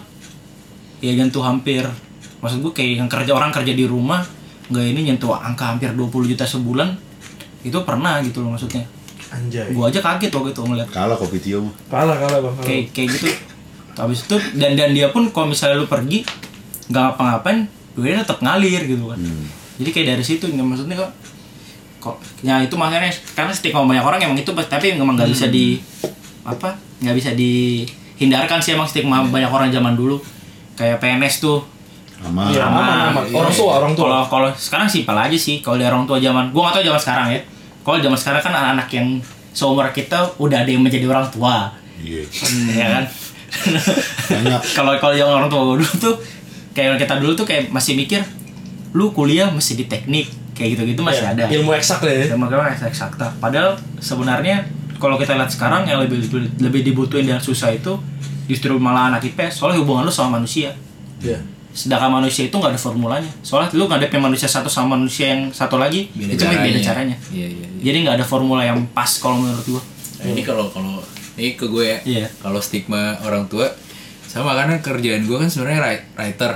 ya nyentuh hampir, maksud gue kayak yang kerja orang kerja di rumah nggak ini nyentuh angka hampir dua puluh juta sebulan itu pernah gitu loh maksudnya. Anjay. Gue aja kaget waktu itu ngeliat Kalah kopi Tio mah. Kalah kalah bang. kayak kayak gitu. Habis itu dan dan dia pun kalau misalnya lu pergi nggak ngapa-ngapain duitnya tetap ngalir gitu kan. Hmm. Jadi kayak dari situ nggak maksudnya kok kok ya itu makanya karena stigma banyak orang emang itu tapi memang nggak bisa di apa nggak bisa dihindarkan sih emang stigma banyak orang zaman dulu kayak P N S tuh. Aman. Iya aman aman. Orang tua orang tua. Kalau kalau sekarang sih apa aja sih kalau dari orang tua zaman gua nggak tahu zaman sekarang ya. Kalau zaman sekarang kan anak-anak yang seumur kita udah ada yang menjadi orang tua. Iya. Ya kan? Banyak. Kalau kalau yang orang tua gue dulu tuh kayak kita dulu tuh kayak masih mikir lu kuliah mesti di teknik kayak gitu-gitu masih Iya, ada. ilmu eksak deh. Sama kayak eksakta. Padahal sebenarnya kalau kita lihat sekarang yang lebih lebih dibutuhin dan susah itu justru malah anak I P S soalnya hubungan lu sama manusia. Iya. Sedangkan manusia itu nggak ada formulanya. Soalnya lu ngadepin manusia satu sama manusia yang satu lagi Beda itu beda caranya. Iya iya. iya. Jadi nggak ada formula yang pas kalau menurut gua. Nah, ini kalau kalau ini ke gue ya. Iya. Kalau stigma orang tua sama karena kerjaan gue kan sebenarnya wri- writer.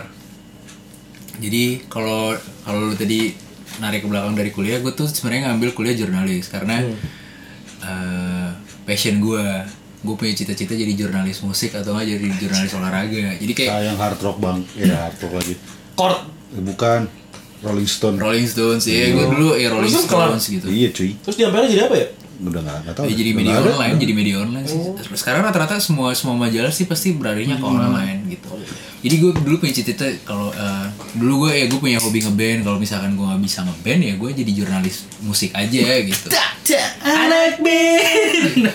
Jadi kalau kalau lu tadi narik ke belakang dari kuliah, gue tuh sebenarnya ngambil kuliah jurnalis karena eh, passion gue. Gue punya cita-cita jadi jurnalis musik atau nggak jadi jurnalis olahraga. Jadi kayak Sayang hard rock bang. Iya hard rock lagi. Chord. Eh, bukan. Rolling Stone. Rolling Stones ya, gue dulu ya Rolling Terus kelar. Stones gitu. Iya cuy. Terus di Ampera jadi apa ya? Udah nggak nggak tahu. Ya, jadi Udah media nggak ada. online, jadi media online sih. Sekarang rata-rata semua semua majalah sih pasti berlarinya ke online gitu. Jadi gue dulu punya cita-cita kalau eh, dulu gue ya gue punya hobi ngeband. Kalau misalkan gue nggak bisa ngeband ya gue jadi jurnalis musik aja gitu. Anak band.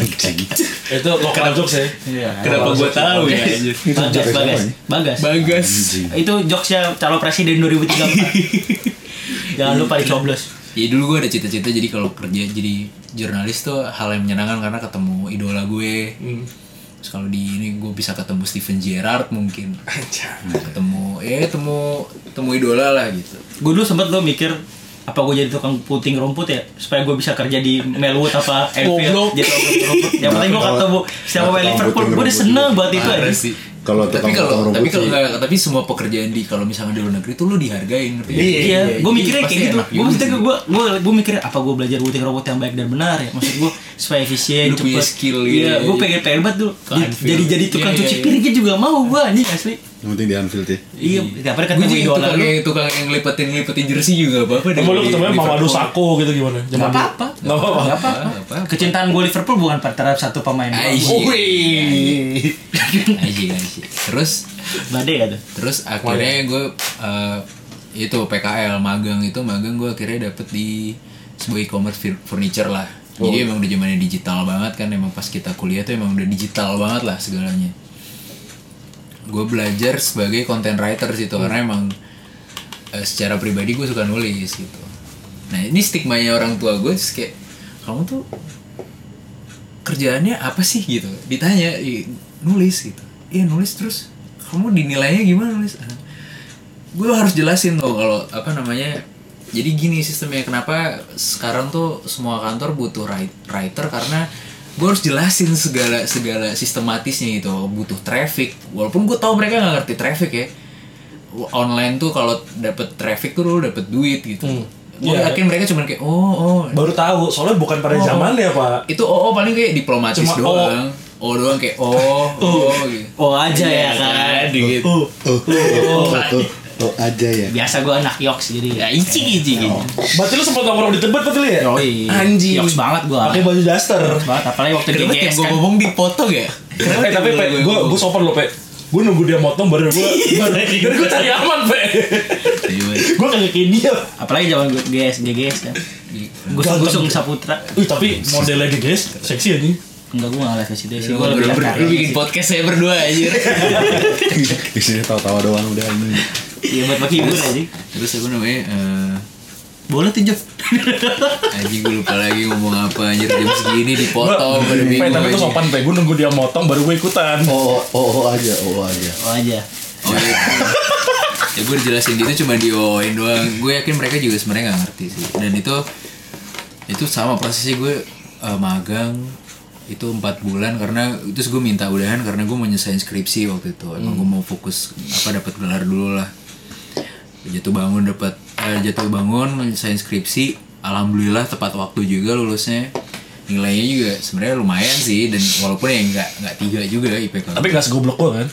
Itu lokal jokes ya. Iya. Kenapa gue tahu ya? Bagas, jokes Bagas, siapa Bagas. Bagas. Itu jokesnya calon presiden dua ribu tiga puluh empat. Jangan lupa dicoblos. Ya dulu gue ada cita-cita jadi kalau kerja jadi jurnalis tuh hal yang menyenangkan karena ketemu idola gue. Terus kalau di ini gue bisa ketemu Steven Gerrard mungkin. Ketemu ya ketemu ketemu idola lah gitu. Gue dulu sempet lo mikir apa gue jadi tukang puting rumput ya supaya gue bisa kerja di Melwood apa Anfield jadi tukang rumput. Yang penting gue ketemu sama pemain Liverpool, gue udah seneng banget itu aja. Kalau tapi kalau tapi kalau nggak tapi semua pekerjaan di kalau misalnya di luar negeri tuh lu dihargain ngerti? Iya, iya. gue mikirnya kayak gitu. Gue maksudnya gue gue gue mikirnya apa gue belajar puting rumput yang baik dan benar ya. Maksud gue supaya efisien, punya cepet. skill Iya, gitu. gue pengen pengen banget dulu. Jadi jadi tukang Iya, cuci iya, piringnya juga mau gue anjing asli. yang penting di Anfield ya. Iya, enggak pernah Gue ketemu jadi idola tukang lu. yang tukang yang lipetin lipetin jersey juga apa apa. Emang lu ketemunya Mamadou Sakho gitu gimana? Gak apa-apa. Gak apa-apa. Gak apa-apa. Kecintaan gue Liverpool bukan terhadap satu pemain. Aisyah. Wih. Aji aji. Terus Badai gak tuh? terus akhirnya gue uh, itu P K L magang itu magang gue akhirnya dapet di sebuah e-commerce fir- furniture lah. Jadi emang udah zamannya digital banget kan, emang pas kita kuliah tuh emang udah digital banget lah segalanya. Gue belajar sebagai content writer situ hmm. karena emang uh, secara pribadi gue suka nulis gitu. Nah ini stigmanya orang tua gue terus kayak kamu tuh kerjaannya apa sih gitu, ditanya nulis gitu. Iya nulis terus kamu dinilainya gimana nulis? Gue harus jelasin tuh kalau apa namanya. Jadi gini sistemnya kenapa sekarang tuh semua kantor butuh writer karena gue harus jelasin segala segala sistematisnya gitu. Butuh traffic walaupun gue tahu mereka nggak ngerti traffic ya. Online tuh kalau dapet traffic tuh lo dapet duit gitu. Hmm. Gue yeah. yakin mereka cuma kayak oh oh baru tahu soalnya bukan pada oh, zaman ya pak. Itu oh, oh paling kayak diplomatis cuma doang. Oh. oh doang kayak oh oh gitu. Oh aja ya kan. Gitu. Oh, oh, oh, oh, oh aja ya. Biasa gue anak Yoks jadi Ya ici ici gitu. Berarti lu sempat nongkrong di Tebet betul ya? Oh iya. Anjing. Yoks banget gue. Pakai baju daster. Yoks banget apalagi waktu di Kenapa G tiap S gue kan. ngomong dipotong ya? Eh tapi pe, gue gue sopan lo pe. Gue nunggu dia motong baru gue baru gue cari aman pe. Gue kayak kayak dia. Apalagi zaman gue G S G S kan. Gusung-gusung Saputra. Wih tapi modelnya lagi guys seksi aja. Enggak gue ngeliat ke situ sih. Gue Gue lebih ber- tertarik lu bikin sih. podcast saya berdua aja. Di sini tawa-tawa doang udah ini. Iya buat pakai hibur aja. Terus apa namanya? eh Boleh tuh Jeff. Anjing gue lupa lagi ngomong apa anjir jam segini dipotong pada Pe bingung. tapi gue anjing. sopan pe. Gue nunggu dia motong baru gue ikutan. Oh, oh, oh aja, oh aja. Oh aja. Oh iya. Ya gue dijelasin gitu cuma di-oin doang. Gue yakin mereka juga sebenarnya nggak ngerti sih. Dan itu itu sama prosesnya gue uh, magang itu empat bulan karena terus gue minta udahan karena gue mau nyelesain skripsi waktu itu. Emang gue mau fokus apa dapat gelar dulu lah. Jatuh bangun dapat uh, jatuh bangun nyelesain skripsi. Alhamdulillah tepat waktu juga lulusnya. Nilainya juga sebenarnya lumayan sih dan walaupun ya nggak nggak tiga juga I P K. Tapi gak segoblok gue kan?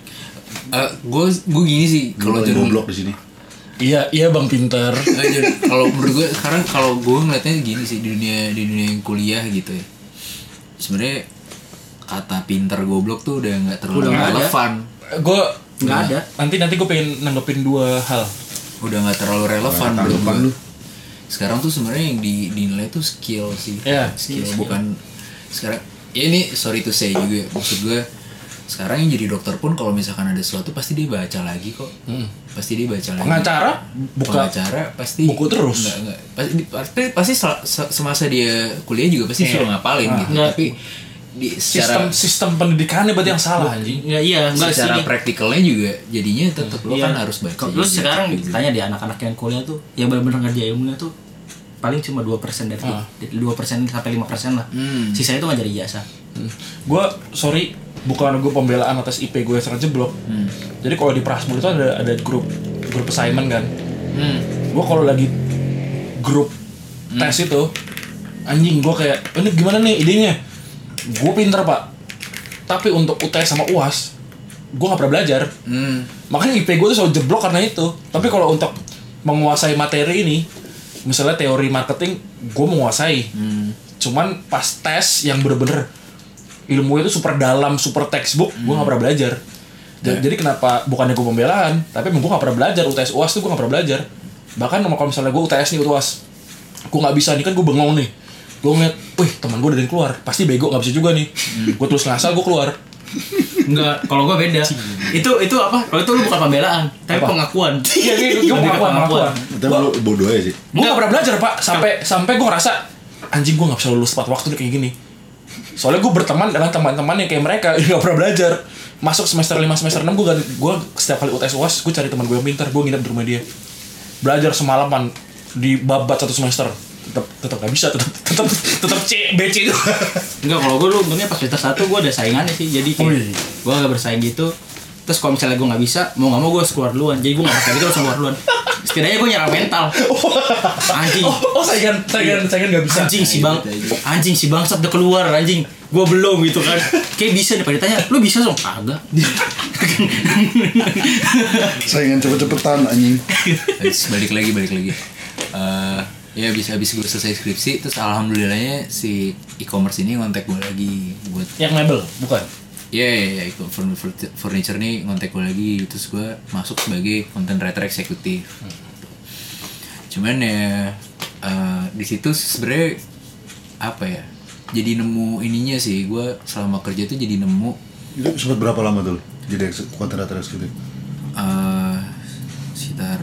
gue uh, gue gini sih kalau Kalau goblok di sini. Iya iya bang pinter. Kalau menurut gue sekarang kalau gue ngeliatnya gini sih di dunia di dunia kuliah gitu ya. Sebenarnya kata pinter goblok tuh udah nggak terlalu Udah nggak relevan. Gue Nggak ada. Nanti nanti gue pengen nanggepin dua hal. Udah nggak terlalu relevan Wah, menurut tanggapan gue. lu. Sekarang tuh sebenarnya yang di, dinilai tuh skill sih. Iya, skill, skill. bukan sekarang. Ya ini sorry to say juga maksud gue. Sekarang yang jadi dokter pun kalau misalkan ada sesuatu pasti dia baca lagi kok. Hmm. Pasti dia baca lagi. Pengacara buka pengacara pasti buku terus. Enggak, enggak. Pasti pasti, pasti sel- se- semasa dia kuliah juga pasti Iya. suruh ngapalin Ah, gitu. enggak. Tapi di sistem secara sistem pendidikannya berarti yang salah anjing. Enggak iya enggak sih. secara praktikalnya juga jadinya tetap lo Iya. kan harus baca. Kalau- Terus juga, sekarang gitu. tanya di anak-anak yang kuliah tuh yang benar-benar ngerjain ilmunya tuh paling cuma dua persen dari Ah. dua persen sampai lima persen lah. Hmm. Sisanya tuh nggak jadi jasa. Hmm. Gue sorry bukan gue pembelaan atas I P gue yang sangat jeblok. Hmm. Jadi kalau di Prasmul itu ada ada grup grup assignment kan. Hmm. Gue kalau lagi grup tes itu anjing gue kayak ini gimana nih idenya? Gue pinter pak. Tapi untuk U T S sama U A S gue nggak pernah belajar. Hmm. Makanya I P gue tuh selalu jeblok karena itu. Tapi kalau untuk menguasai materi ini, misalnya teori marketing, gue menguasai. Hmm. Cuman pas tes yang bener-bener ilmu itu super dalam, super textbook, gue nggak pernah belajar. Jadi, jadi kenapa bukannya gue pembelaan, tapi gue nggak pernah belajar. U T S U A S tuh gue nggak pernah belajar. Bahkan kalau misalnya gue U T S nih U A S, gue nggak bisa nih kan gue bengong nih. Gue ngeliat, wih teman gue udah keluar, pasti bego nggak bisa juga nih. Gue tulis ngasal gue keluar. Enggak, kalau gua beda. itu itu apa? Kalau itu lu bukan pembelaan, tapi Apa? pengakuan. Iya, gue Lebih ke pengakuan, pengakuan. Tapi lu bodoh aja sih. Gue gak pernah belajar pak, sampai sampai gue ngerasa anjing gue gak bisa lulus tepat waktu nih kayak gini. Soalnya gue berteman dengan teman-teman yang kayak mereka yang gak pernah belajar. Masuk semester lima, semester enam gue gue setiap kali U T S U A S gue cari teman gue yang pintar, gue nginep di rumah dia. Belajar semalaman di babat satu semester. Tetap tetap gak bisa, tetap tetap tetap C B C itu. Enggak, kalau gue dulu untungnya pas semester satu gue ada saingannya sih. Jadi kayak Wih. gue agak bersaing gitu. Terus kalau misalnya gue nggak bisa, mau nggak mau gue harus keluar duluan. Jadi gue nggak pakai gitu langsung keluar duluan. Setidaknya gue nyerang mental. Anjing. Oh, oh saingan saingan saingan gak bisa. Anjing si bang, anjing si bangsat udah keluar anjing. Gue belum gitu kan. Kayak bisa daripada ditanya, lu bisa dong? Kagak. Saingan cepet-cepetan anjing. Terus balik lagi balik lagi Eh, ya habis habis gue selesai skripsi, terus alhamdulillahnya si e-commerce ini ngontek gue lagi buat Yang mebel, bukan? ya ya ya furniture nih ngontek gue lagi, terus gue masuk sebagai content writer eksekutif. Cuman ya eh, di situ sebenarnya apa ya, jadi nemu ininya sih, gue selama kerja tuh jadi nemu Itu sempat berapa lama tuh jadi konten writer eksekutif? eh sekitar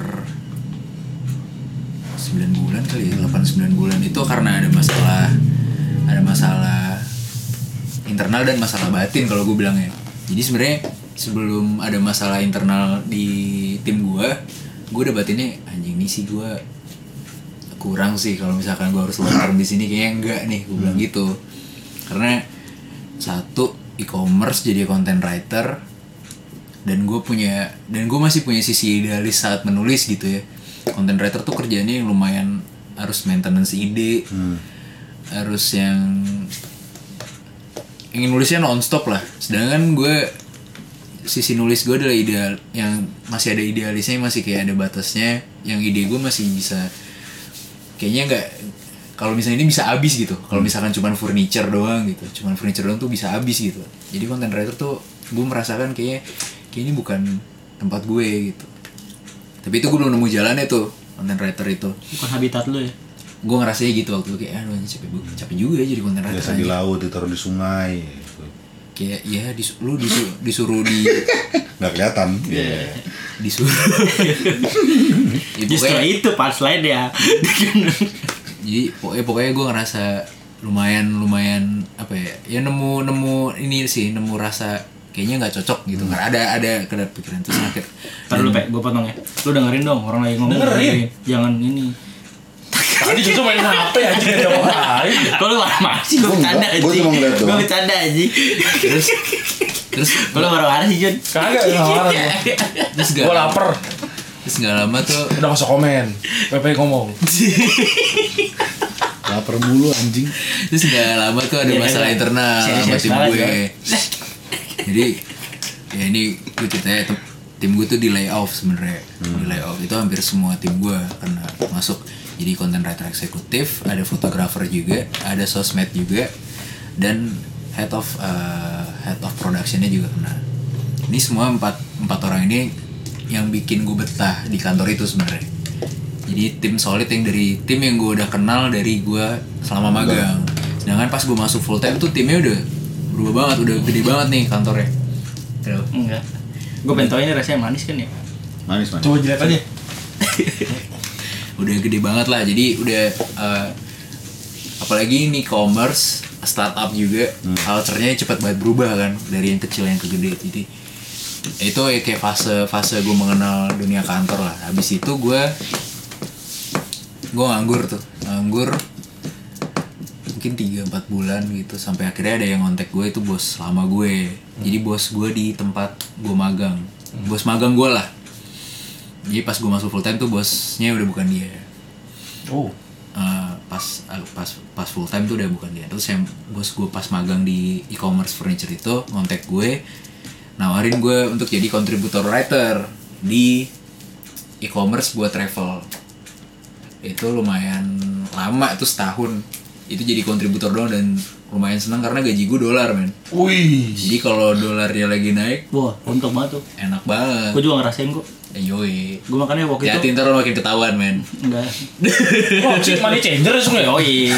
sembilan bulan kali ya, delapan sembilan bulan. Itu karena ada masalah ada masalah internal dan masalah batin kalau gue bilangnya. Jadi sebenarnya sebelum ada masalah internal di tim gue, gue udah batinnya anjing nih sih gue kurang sih kalau misalkan gue harus long term di sini, kayaknya enggak nih, gue bilang gitu. Karena satu, e-commerce jadi content writer, dan gue punya dan gue masih punya sisi idealis saat menulis gitu ya. Content writer tuh kerjanya yang lumayan harus maintenance ide, hmm. harus yang ingin nulisnya non-stop lah. Sedangkan gue sisi nulis gue adalah ideal, yang masih ada idealisnya, masih kayak ada batasnya, yang ide gue masih bisa kayaknya nggak, kalau misalnya ini bisa habis gitu. Kalau misalkan cuman furniture doang gitu, cuman furniture doang tuh bisa habis gitu. Jadi content writer tuh gue merasakan kayaknya kayak ini bukan tempat gue gitu. Tapi itu gue belum nemu jalannya tuh, content writer itu. Bukan habitat lu ya? Gue ngerasanya gitu waktu itu, kayak aduh capek, capek juga ya jadi content writer. Biasa di laut, ditaruh di sungai gitu. Kayak ya dis, lu disuruh, disuruh di Nggak kelihatan. Iya. Yeah. disuruh. Ya, Justru pokoknya, itu punchline ya. jadi pokoknya pokoknya gue ngerasa lumayan lumayan apa ya? Ya nemu nemu ini sih, nemu rasa kayaknya nggak cocok gitu. Hmm. Karena ada ada kedap pikiran terus akhir. Ntar dulu, Pe, gue potong ya. Lu dengerin dong, orang lagi ngomong. Dengerin. Jangan ini. Tadi justru main H P aja ada orang lain. Kalau lu marah sih, gue bercanda aja. Gue cuma ngeliat doang. Gue bercanda aja. Terus terus Kalau marah-marah sih, Jun. Kagak marah. terus gak Gue lapar. Terus nggak lama tuh Udah masuk komen. Pepe ngomong. Lapar mulu anjing. terus nggak lama tuh ada Iya, masalah iya. internal sama Serius tim banget, gue. Jadi ya ini gue ceritanya tem- tim gue tuh di layoff sebenarnya. Di layoff itu hampir semua tim gue kena masuk. Jadi content writer eksekutif, ada fotografer juga, ada sosmed juga, dan head of uh, head of productionnya juga kena. Ini semua empat empat orang ini yang bikin gue betah di kantor itu sebenarnya. Jadi tim solid yang dari tim yang gue udah kenal dari gue selama magang. Sedangkan pas gue masuk full time tuh timnya udah berubah banget, udah gede banget nih kantornya. Gitu. Enggak. Gue pengen tau ini rasanya manis kan ya? Manis manis. Coba jilat aja. Udah gede banget lah, jadi udah uh, apalagi ini e-commerce startup juga, hmm. culture-nya cepat banget berubah kan, dari yang kecil yang ke gede. Jadi itu ya kayak fase fase gue mengenal dunia kantor lah. Habis itu gue gue nganggur tuh nganggur mungkin tiga empat bulan gitu, sampai akhirnya ada yang ngontek gue, itu bos lama gue. Jadi bos gue di tempat gue magang, bos magang gue lah. Jadi pas gue masuk full time tuh bosnya udah bukan dia. Oh. Uh, pas pas pas full time tuh udah bukan dia. Terus yang bos gue pas magang di e-commerce furniture itu ngontek gue, nawarin gue untuk jadi contributor writer di e-commerce buat travel. Itu lumayan lama, itu setahun. Itu jadi kontributor doang dan lumayan senang karena gaji gue dolar, men. Wih. Jadi kalau dolarnya lagi naik, Wah, untung banget tuh. enak banget. Gue juga ngerasain kok. Eh, yoi. Gue makanya waktu Hati-hati itu ntar lo makin ketahuan, men. enggak. Oh, sih money changer semua ya. Yoi.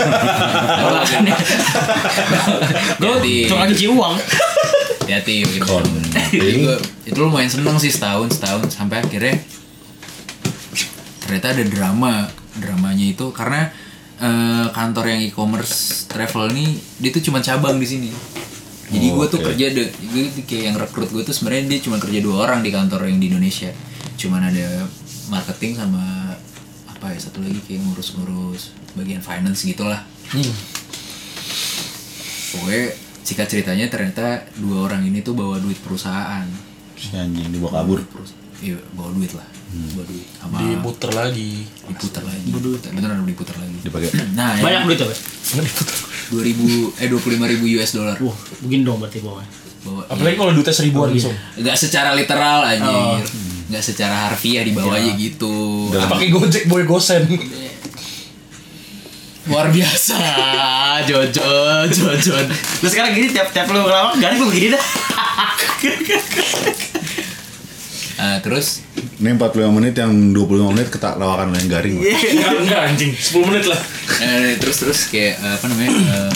Gue Hati-hati. cuma cuci uang. Hati-hati gitu. Jadi gue itu lumayan seneng sih setahun setahun sampai akhirnya ternyata ada drama dramanya itu karena uh, kantor yang e-commerce travel nih dia tuh cuma cabang di sini. Jadi Oh, gue tuh oke. kerja de, gue kayak yang rekrut gue tuh sebenarnya dia cuma kerja dua orang di kantor yang di Indonesia. Cuman ada marketing sama apa ya satu lagi kayak ngurus-ngurus bagian finance gitulah. Hmm. Pokoknya singkat ceritanya ternyata dua orang ini tuh bawa duit perusahaan. Si anjing dibawa kabur. Perus- Iya bawa duit lah, bawa duit sama Diputer lagi. diputar lagi. Beneran diputar lagi. Dipakai. Nah, Banyak ya, duit tuh, Pak. dua ribu eh dua puluh lima ribu U S dollar. Wah, begini dong berarti bawah. Bawa. Apalagi kalau duitnya seribuan Oh, iya. langsung. Enggak secara literal anjir. Enggak secara harfiah dibawa aja gitu. Pakai Gojek boy gosen. Luar biasa, Jojon, Jojon. Terus sekarang gini tiap tiap lu ngelawak garing lu begini dah. Ah, terus Ini empat puluh lima menit yang dua puluh lima menit ketak lawakan lo yang garing. Pak. Enggak, enggak anjing. sepuluh menit lah. eh, terus terus kayak eh, apa namanya? eh,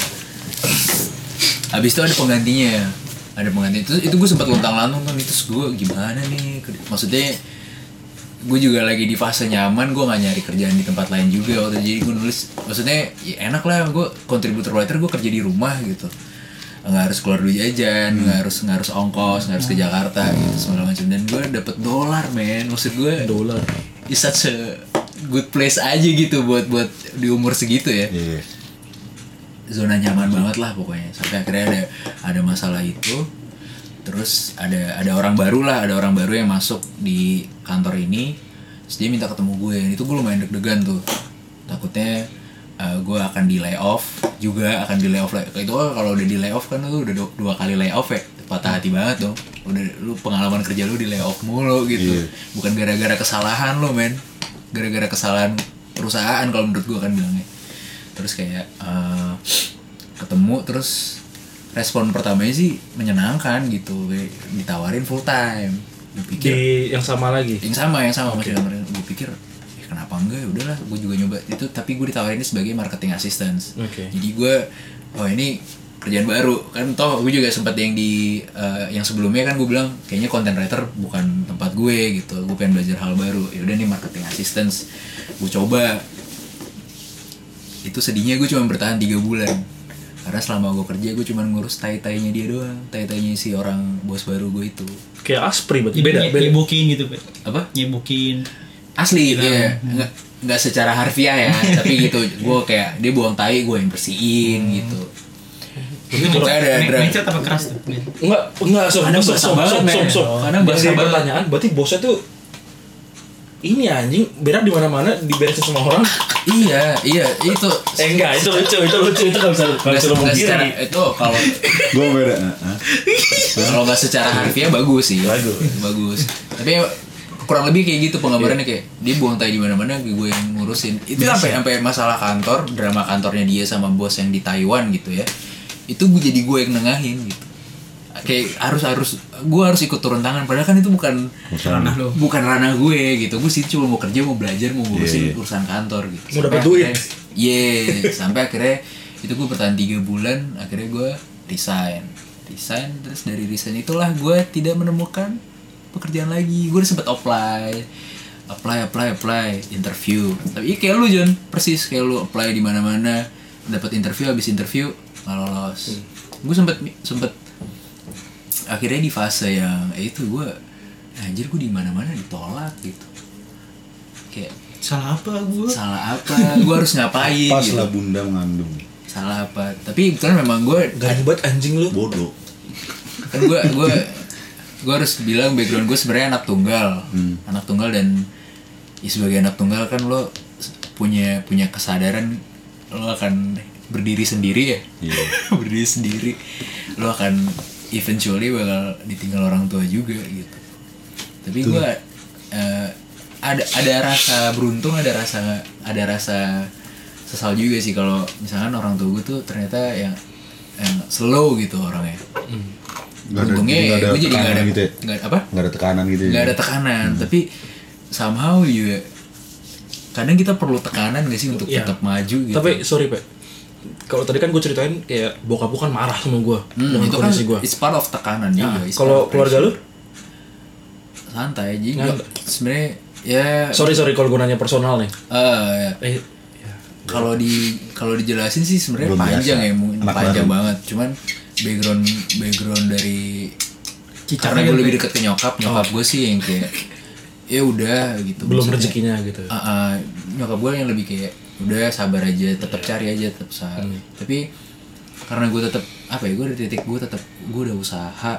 habis itu ada penggantinya. Ada pengganti itu itu gue sempat lontang-lantung kan itu gue gimana nih? Maksudnya gue juga lagi di fase nyaman, gue nggak nyari kerjaan di tempat lain juga waktu jadi gue nulis maksudnya ya enak lah gue contributor writer gue kerja di rumah gitu nggak harus keluar duit jajan nggak harus nggak harus ongkos nggak harus ke Jakarta gitu segala macam dan gue dapet dolar men maksud gue Dolar. is such a good place aja gitu buat buat di umur segitu ya Iya. zona nyaman banget lah pokoknya sampai akhirnya ada ada masalah itu terus ada ada orang baru lah ada orang baru yang masuk di kantor ini terus dia minta ketemu gue itu gue lumayan deg-degan tuh takutnya uh, gue akan di layoff juga akan di layoff itu kan kalau udah di layoff kan lu udah dua, dua kali layoff ya patah hati banget dong udah lu pengalaman kerja lu di layoff mulu gitu Iya. bukan gara-gara kesalahan lo men gara-gara kesalahan perusahaan kalau menurut gue kan bilangnya terus kayak uh, ketemu terus respon pertamanya sih menyenangkan gitu kayak ditawarin full time gue pikir Di yang sama lagi. yang sama yang sama masih kemarin gue pikir eh, kenapa enggak ya udahlah gue juga nyoba itu tapi gue ditawarin sebagai marketing assistant Oke. jadi gue oh ini kerjaan baru kan toh gue juga sempat yang di uh, yang sebelumnya kan gue bilang kayaknya content writer bukan tempat gue gitu gue pengen belajar hal baru ya udah nih marketing assistant gue coba itu sedihnya gue cuma bertahan tiga bulan karena selama gue kerja gue cuma ngurus tai-tainya dia doang tai-tainya si orang bos baru gue itu Kayak Aspri berarti Beda, beda beda. nyebukin gitu, Pak. apa Nyebukin. asli ya nggak nggak secara harfiah ya tapi gitu gue kayak dia buang tai gue yang bersihin gitu Pokoknya ada Me- ada Mindset apa keras tuh? Enggak, enggak, sob, Kadang sob, basah sob, banget, sob, men. sob, sob. Kadang Yang basah jadi banget. pertanyaan, berarti bosnya tuh ini anjing, berak di mana-mana diberesin sama orang. iya iya itu Eh enggak, itu lucu, itu lucu, itu enggak bisa enggak nggak bisa lo nggak secara mungkiri. itu kalau Gue beda. Heeh. kalau nggak secara harfiah bagus sih Bagus. bagus tapi kurang lebih kayak gitu penggambarannya kayak dia buang tai di mana-mana gue yang ngurusin itu sampai sampai masalah kantor drama kantornya dia sama bos yang di Taiwan gitu ya itu gue jadi gue yang nengahin gitu kayak harus harus gue harus ikut turun tangan padahal kan itu bukan Ranah lo. bukan ranah gue gitu gue sih cuma mau kerja mau belajar mau ngurusin Iya, iya. urusan kantor gitu Mau dapet Sampai duit. akhirnya- iya sampai akhirnya itu gue bertahan tiga bulan akhirnya gue resign resign terus dari resign itulah gue tidak menemukan pekerjaan lagi gue udah sempet apply apply apply apply interview tapi iya kayak lu John persis kayak lu apply di mana mana dapat interview habis interview nggak lolos gue sempet sempet akhirnya di fase yang eh, itu gue anjir gue di mana mana ditolak gitu kayak Salah apa gue? salah apa gue harus ngapain Pas gitu lah bunda mengandung. salah apa tapi kan memang gue Garing banget anjing lu. Bodoh. kan gue gue gue harus bilang background gue sebenarnya anak tunggal Hmm. anak tunggal dan ya sebagai anak tunggal kan lo punya punya kesadaran lo akan berdiri sendiri ya Iya. berdiri sendiri lo akan eventually bakal ditinggal orang tua juga gitu tapi gue uh, ada ada rasa beruntung ada rasa ada rasa sesal juga sih kalau misalkan orang tua gue tuh ternyata yang yang slow gitu orangnya Nggak ada- untungnya nggak ada gue jadi nggak ada tekanan gitu ya? nggak apa Nggak ada tekanan gitu ya. nggak ada tekanan tapi somehow juga kadang kita perlu tekanan gak sih untuk Iya. tetap maju gitu Tapi sorry, Pak. Kalau tadi kan gue ceritain kayak bokap gue kan marah sama gue Hmm, dengan itu kan kondisi gue. it's part of tekanan juga. it's part Kalau of keluarga lu? pressure. Santai jadi Nggak. gua- sebenarnya ya Sorry sorry kalau gue nanya personal nih. eh ya. Eh, ya, kalau di kalau dijelasin sih sebenarnya Belum panjang biasa. ya, mungkin Anak panjang baru. banget. Cuman background background dari Cicaknya karena gue gitu. lebih deket ke nyokap, nyokap gue sih yang kayak ya udah gitu. Belum Maksudnya, rezekinya gitu. uh, uh, nyokap gue yang lebih kayak udah sabar aja, tetap cari aja, tetap usaha. Hmm. Tapi karena gue tetap apa ya, gue dari titik gue tetap gue udah usaha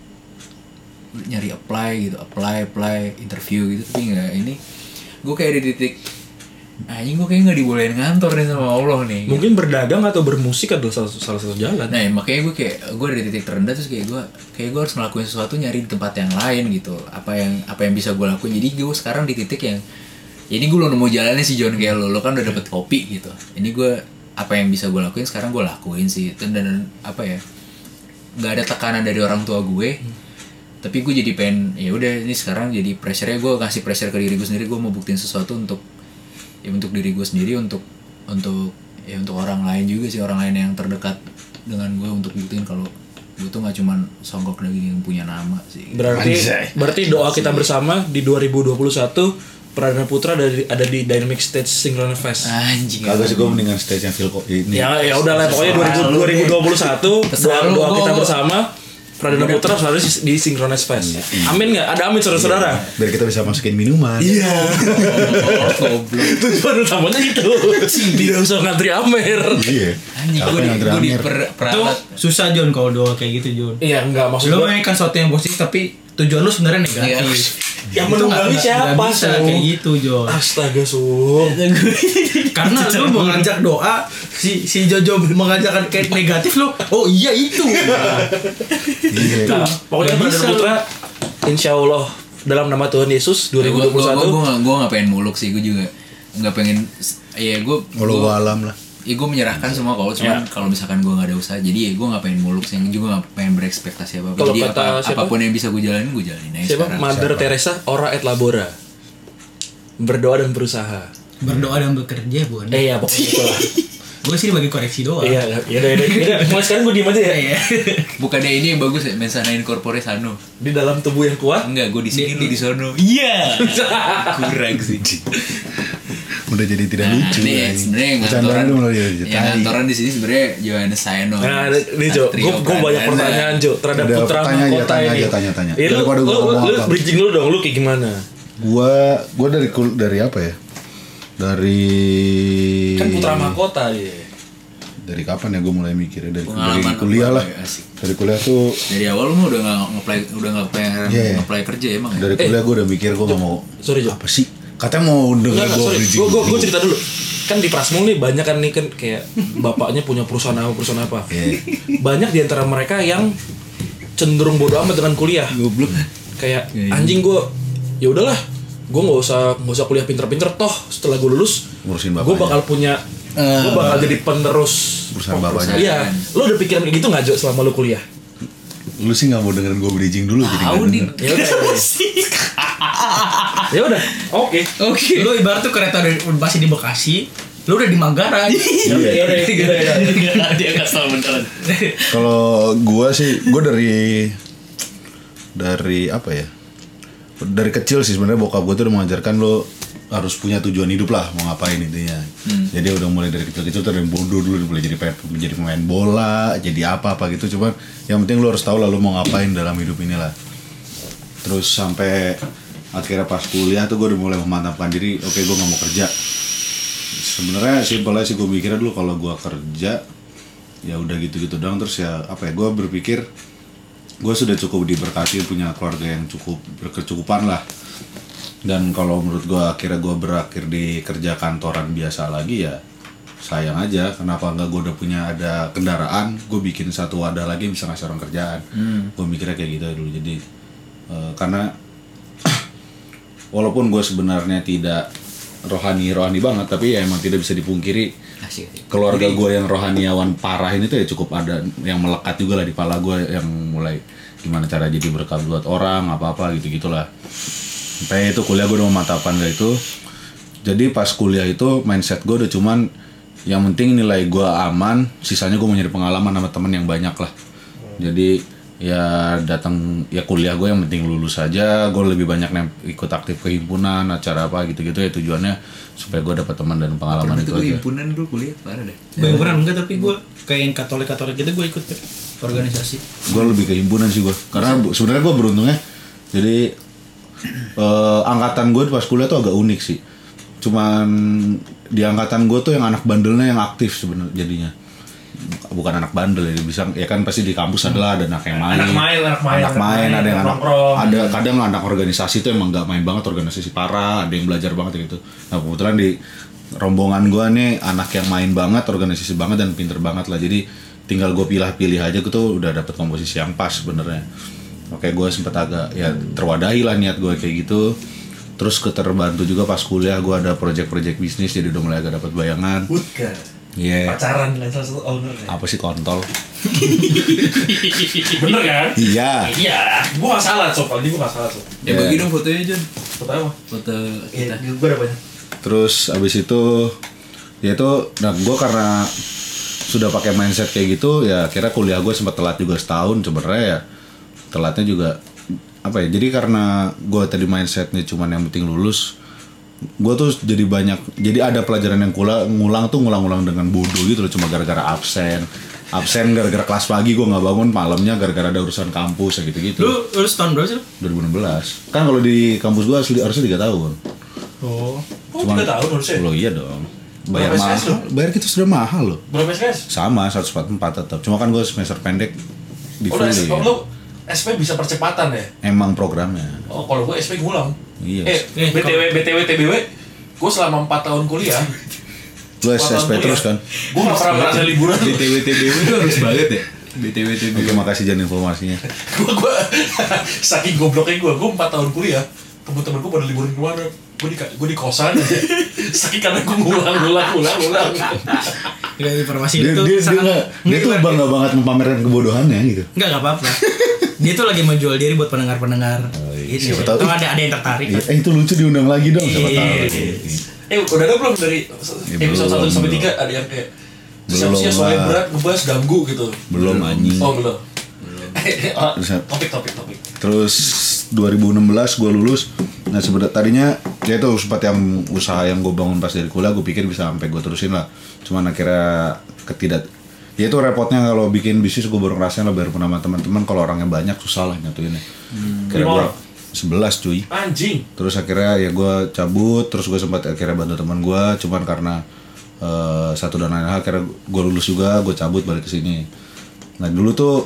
nyari apply gitu, apply apply interview gitu, tapi nggak ini gue kayak di titik anjing gue kayak nggak dibolehin ngantor nih sama Allah nih. Mungkin berdagang atau bermusik adalah salah, salah satu jalan. Nah makanya gue kayak gue dari titik terendah terus kayak gue kayak gue harus ngelakuin sesuatu nyari di tempat yang lain gitu, apa yang apa yang bisa gue lakuin. Jadi gue sekarang di titik yang ini gue lo nemu jalannya sih John, kayak lo lo kan udah dapet kopi gitu, ini gue apa yang bisa gue lakuin sekarang gue lakuin sih. Dan, dan apa ya, nggak ada tekanan dari orang tua gue, tapi gue jadi pengen ya udah ini sekarang jadi pressure-nya gue kasih pressure ke diri gue sendiri, gue mau buktiin sesuatu untuk ya untuk diri gue sendiri, untuk untuk ya untuk orang lain juga sih, orang lain yang terdekat dengan gue, untuk buktiin kalau gue tuh nggak cuman songgok daging yang punya nama sih. Berarti Anjay. berarti doa kita bersama di dua ribu dua puluh satu Pradana Putra ada di, ada di Dynamic Stage Synchronous Fest. Anjing. Kagak sih gue mendingan stage-nya Phil kok ini. Ya ya udahlah pokoknya Terserah dua ribu lu dua puluh satu Terserah doa, lu, doa gua- kita gua- bersama Pradana Putra selalu di, di Synchronous Fest. Amin nggak? Ada amin saudara-saudara. Biar kita bisa masukin minuman. Iya. Goblok. Tujuan utamanya itu. Tidak usah ngantri Amer. Iya. Anjing Capek gue di, ngantri gue di Amer. per, Itu peralat. susah John kalau doa kayak gitu John. Iya enggak maksud Lu gua menginginkan sesuatu yang positif tapi tujuan lu sebenarnya negatif. yang Itu menunggangi nggak- siapa nggak bisa Sung? kayak gitu John. Astaga Sung. Karena lu mau ngajak doa, si si Jojo mengajarkan kayak negatif lu. Oh iya itu. Iya. Nah, pokoknya Nggak Pradana bisa. Putra insya Allah dalam nama Tuhan Yesus dua ribu dua puluh Gue satu gue gue nggak pengen muluk sih, gue juga nggak pengen. Ya gue Walau alam lah. ya gue menyerahkan semua kalau cuman Ya. kalau misalkan gue nggak ada usaha, jadi ya gue nggak pengen muluk sih, juga nggak pengen berekspektasi apa apa. Kalau Jadi kata apa, siapa? apapun yang bisa gue jalanin gue jalanin aja siapa? sekarang. Mother Siapa? Teresa ora et labora, berdoa dan berusaha. Berdoa dan bekerja bukan. Eh ya pokoknya itu lah. Gue sih bagi koreksi doang. Iya ya udah ya udah mulai sekarang gue diem aja ya. Iya. Bukannya ini yang bagus ya, mensana in corpore sano. Di dalam tubuh yang kuat. Enggak, gue di sini lu di sono. Iya. Kurang sih. Udah jadi tidak Nah, lucu. ini anjing. sebenarnya yang Bercandaan ngantoran, lu malah jadi yang ngantoran di sini sebenarnya Johannes Saeno. Nah, ini Jo, Satrio gue gue banyak Pradana. pertanyaan Jo terhadap Udah, putra tanya aja, mahkota tanya ini. aja, tanya, tanya. Eh, lu, Daripada lu, gua lu, ngomong lu apa. bridging lu dong, lu kayak gimana? Gua gua dari kul- dari apa ya? Dari Kan putra mahkota dia. Dari kapan ya gue mulai mikirnya dari, dari Pengalaman kuliah apa, lah. asik. Dari kuliah tuh Dari awal lu mah udah nggak ngeplay, udah nggak pengen Iya, iya. ngeplay kerja emang ya? dari kuliah gue udah mikir gue gak mau sorry, Jo. apa sih? Katanya mau denger Enggak, gue sorry, bridging. gue gue cerita dulu. Kan di Prasmul nih banyak kan nih kan kayak bapaknya punya perusahaan apa perusahaan apa. Iya. Banyak di antara mereka yang cenderung bodoh amat dengan kuliah. Goblok. Kayak Iya, iya. anjing gue, ya udahlah, gue nggak usah nggak usah kuliah pinter-pinter toh setelah gue lulus Ngurusin gue bapaknya. bakal punya gue bakal jadi penerus Perusahaan bapaknya. Iya, lo udah pikiran kayak gitu nggak Jo selama lo kuliah? Lu sih gak mau dengerin gue bridging dulu jadi Tahu gak nih. denger. Ya udah, ya udah, oke. Oke. Lu ibarat tuh kereta udah masih di Bekasi, lu udah di Manggarai. Ya udah, ya udah, ya udah, ya udah. Dia enggak tahu beneran. Kalau gue sih gue dari dari apa ya? Dari kecil sih sebenarnya bokap gue tuh udah mengajarkan lo harus punya tujuan hidup lah mau ngapain intinya. Hmm. Jadi udah mulai dari kecil-kecil tuh dari bodoh dulu mulai jadi pe- jadi pemain bola, jadi apa-apa gitu. Cuman yang penting lo harus tahu lah lo mau ngapain dalam hidup ini lah. Terus sampai akhirnya pas kuliah tuh gue udah mulai memantapkan diri, oke gue gak mau kerja. Sebenarnya simpelnya sih gue mikirnya dulu kalau gue kerja ya udah gitu-gitu doang, terus ya apa ya, gue berpikir gue sudah cukup diberkati punya keluarga yang cukup berkecukupan lah. Dan kalau menurut gue akhirnya gue berakhir di kerja kantoran biasa lagi ya sayang aja, kenapa enggak gue udah punya ada kendaraan, gue bikin satu wadah lagi bisa ngasih orang kerjaan. Hmm. Gue mikirnya kayak gitu dulu. Jadi eh, karena walaupun gue sebenarnya tidak rohani-rohani banget, tapi ya emang tidak bisa dipungkiri Asik, asik. keluarga gue yang rohaniawan parah ini tuh ya cukup ada yang melekat juga lah di kepala gue, yang mulai gimana cara jadi berkat buat orang apa-apa gitu-gitulah. Sampai itu kuliah gue udah memantapkan dari itu. Jadi pas kuliah itu mindset gue udah cuman yang penting nilai gue aman, sisanya gue mau nyari pengalaman sama temen yang banyak lah. Jadi ya datang ya kuliah gue yang penting lulus aja. Gue lebih banyak nem- ikut aktif ke himpunan, acara apa gitu-gitu ya, tujuannya supaya gue dapat teman dan pengalaman Pernah itu tuh gue aja. himpunan dulu kuliah parah deh. Beneran enggak, tapi gue kayak yang Katolik-Katolik gitu gue ikut ya, organisasi. Gue lebih ke himpunan sih gue, karena bu- sebenarnya gue beruntungnya jadi eh, angkatan gue pas kuliah tuh agak unik sih. Cuman di angkatan gue tuh yang anak bandelnya yang aktif sebenarnya jadinya. Bukan anak bandel ya, bisa ya kan pasti di kampus adalah ada anak yang main, Anak main, anak main, anak main, ada yang anak, nongkrong. ada kadang anak organisasi tuh emang nggak main banget, organisasi parah, ada yang belajar banget gitu. Nah kebetulan di rombongan gue nih anak yang main banget, organisasi banget dan pinter banget lah. Jadi tinggal gue pilih-pilih aja, gue tuh udah dapet komposisi yang pas sebenarnya. Oke, gue sempet agak ya terwadahi lah niat gue kayak gitu. Terus keterbantu juga pas kuliah gue ada project-project bisnis, jadi udah mulai agak dapat bayangan. Bukan. Iya. Pacaran dengan salah satu owner ya. Apa sih kontol? Bener kan? Iya. Iya, gua gak salah sob, ini gua gak salah sob. Ya bagi dong fotonya John. Foto apa? Foto Iya, kita. gua ada banyak. Terus abis itu ya itu, nah gue karena sudah pakai mindset kayak gitu ya, kira kuliah gue sempat telat juga setahun sebenarnya ya. Telatnya juga apa ya? Jadi karena gue tadi mindsetnya cuman yang penting lulus, gue tuh jadi banyak, jadi ada pelajaran yang kula, ngulang tuh ngulang-ngulang dengan bodoh gitu loh, cuma gara-gara absen. Absen gara-gara kelas pagi gue nggak bangun, malamnya gara-gara ada urusan kampus ya gitu-gitu. Lu lulus tahun berapa sih lu? dua ribu enam belas. Kan kalau di kampus gue asli harusnya tiga tahun. Oh. Oh, tiga tahun harusnya. Lo iya dong. Bayar Berapa mahal. S K S lu? Bayar kita sudah mahal loh. Berapa S K S? Sama seratus empat puluh empat tetap. Cuma kan gue semester pendek di Oh, lu S- fully. oh, lu S P bisa percepatan ya? Emang programnya. Oh, kalau gua S P ngulang. Iya. Eh, Eh, B T W, B T W, T B W, gua selama empat tahun kuliah, Lu S S P terus kan? gua gak pernah merasa liburan tuh. B T W T B W itu harus banget ya. B T W T B W. Oke, makasih Jan informasinya. gua gua saking gobloknya gua gua empat tahun kuliah, temen-temen gua pada liburan kemana, gua di gua di kosan aja. Saking karena gua ngulang ngulang ngulang ngulang Ya, informasi Dia, itu dia, dia, sangat nggak- dia tuh bangga banget memamerkan kebodohannya gitu. Enggak, enggak apa-apa. Dia tuh lagi menjual diri buat pendengar-pendengar. Ini. siapa tahu. Tuh ada ada yang tertarik. Iya, Eh itu lucu, diundang lagi dong siapa Iya. tahu. eh udah ada belum dari Ya, episode belum, satu sampai belum. tiga ada yang kayak Belum siap-siap soalnya lah. berat ngebahas ganggu gitu. Belum anjing. Oh belum. Ah, Bisa. topik topik topik. Terus dua ribu enam belas gue lulus. Nah sebenarnya tadinya ya itu sempat yang usaha yang gue bangun pas dari kuliah, gue pikir bisa sampai gue terusin lah. Cuman akhirnya ketidak. Ya itu repotnya kalau bikin bisnis, gue baru ngerasain lah, baru sama teman-teman kalau orangnya banyak susah lah nyatuinnya. Kira Lima gue orang? sebelas cuy. Anjing. Terus akhirnya ya gue cabut, terus gue sempat akhirnya bantu teman gue, cuman karena eh, satu dan lain hal akhirnya gue lulus juga, gue cabut balik ke sini. Nah dulu tuh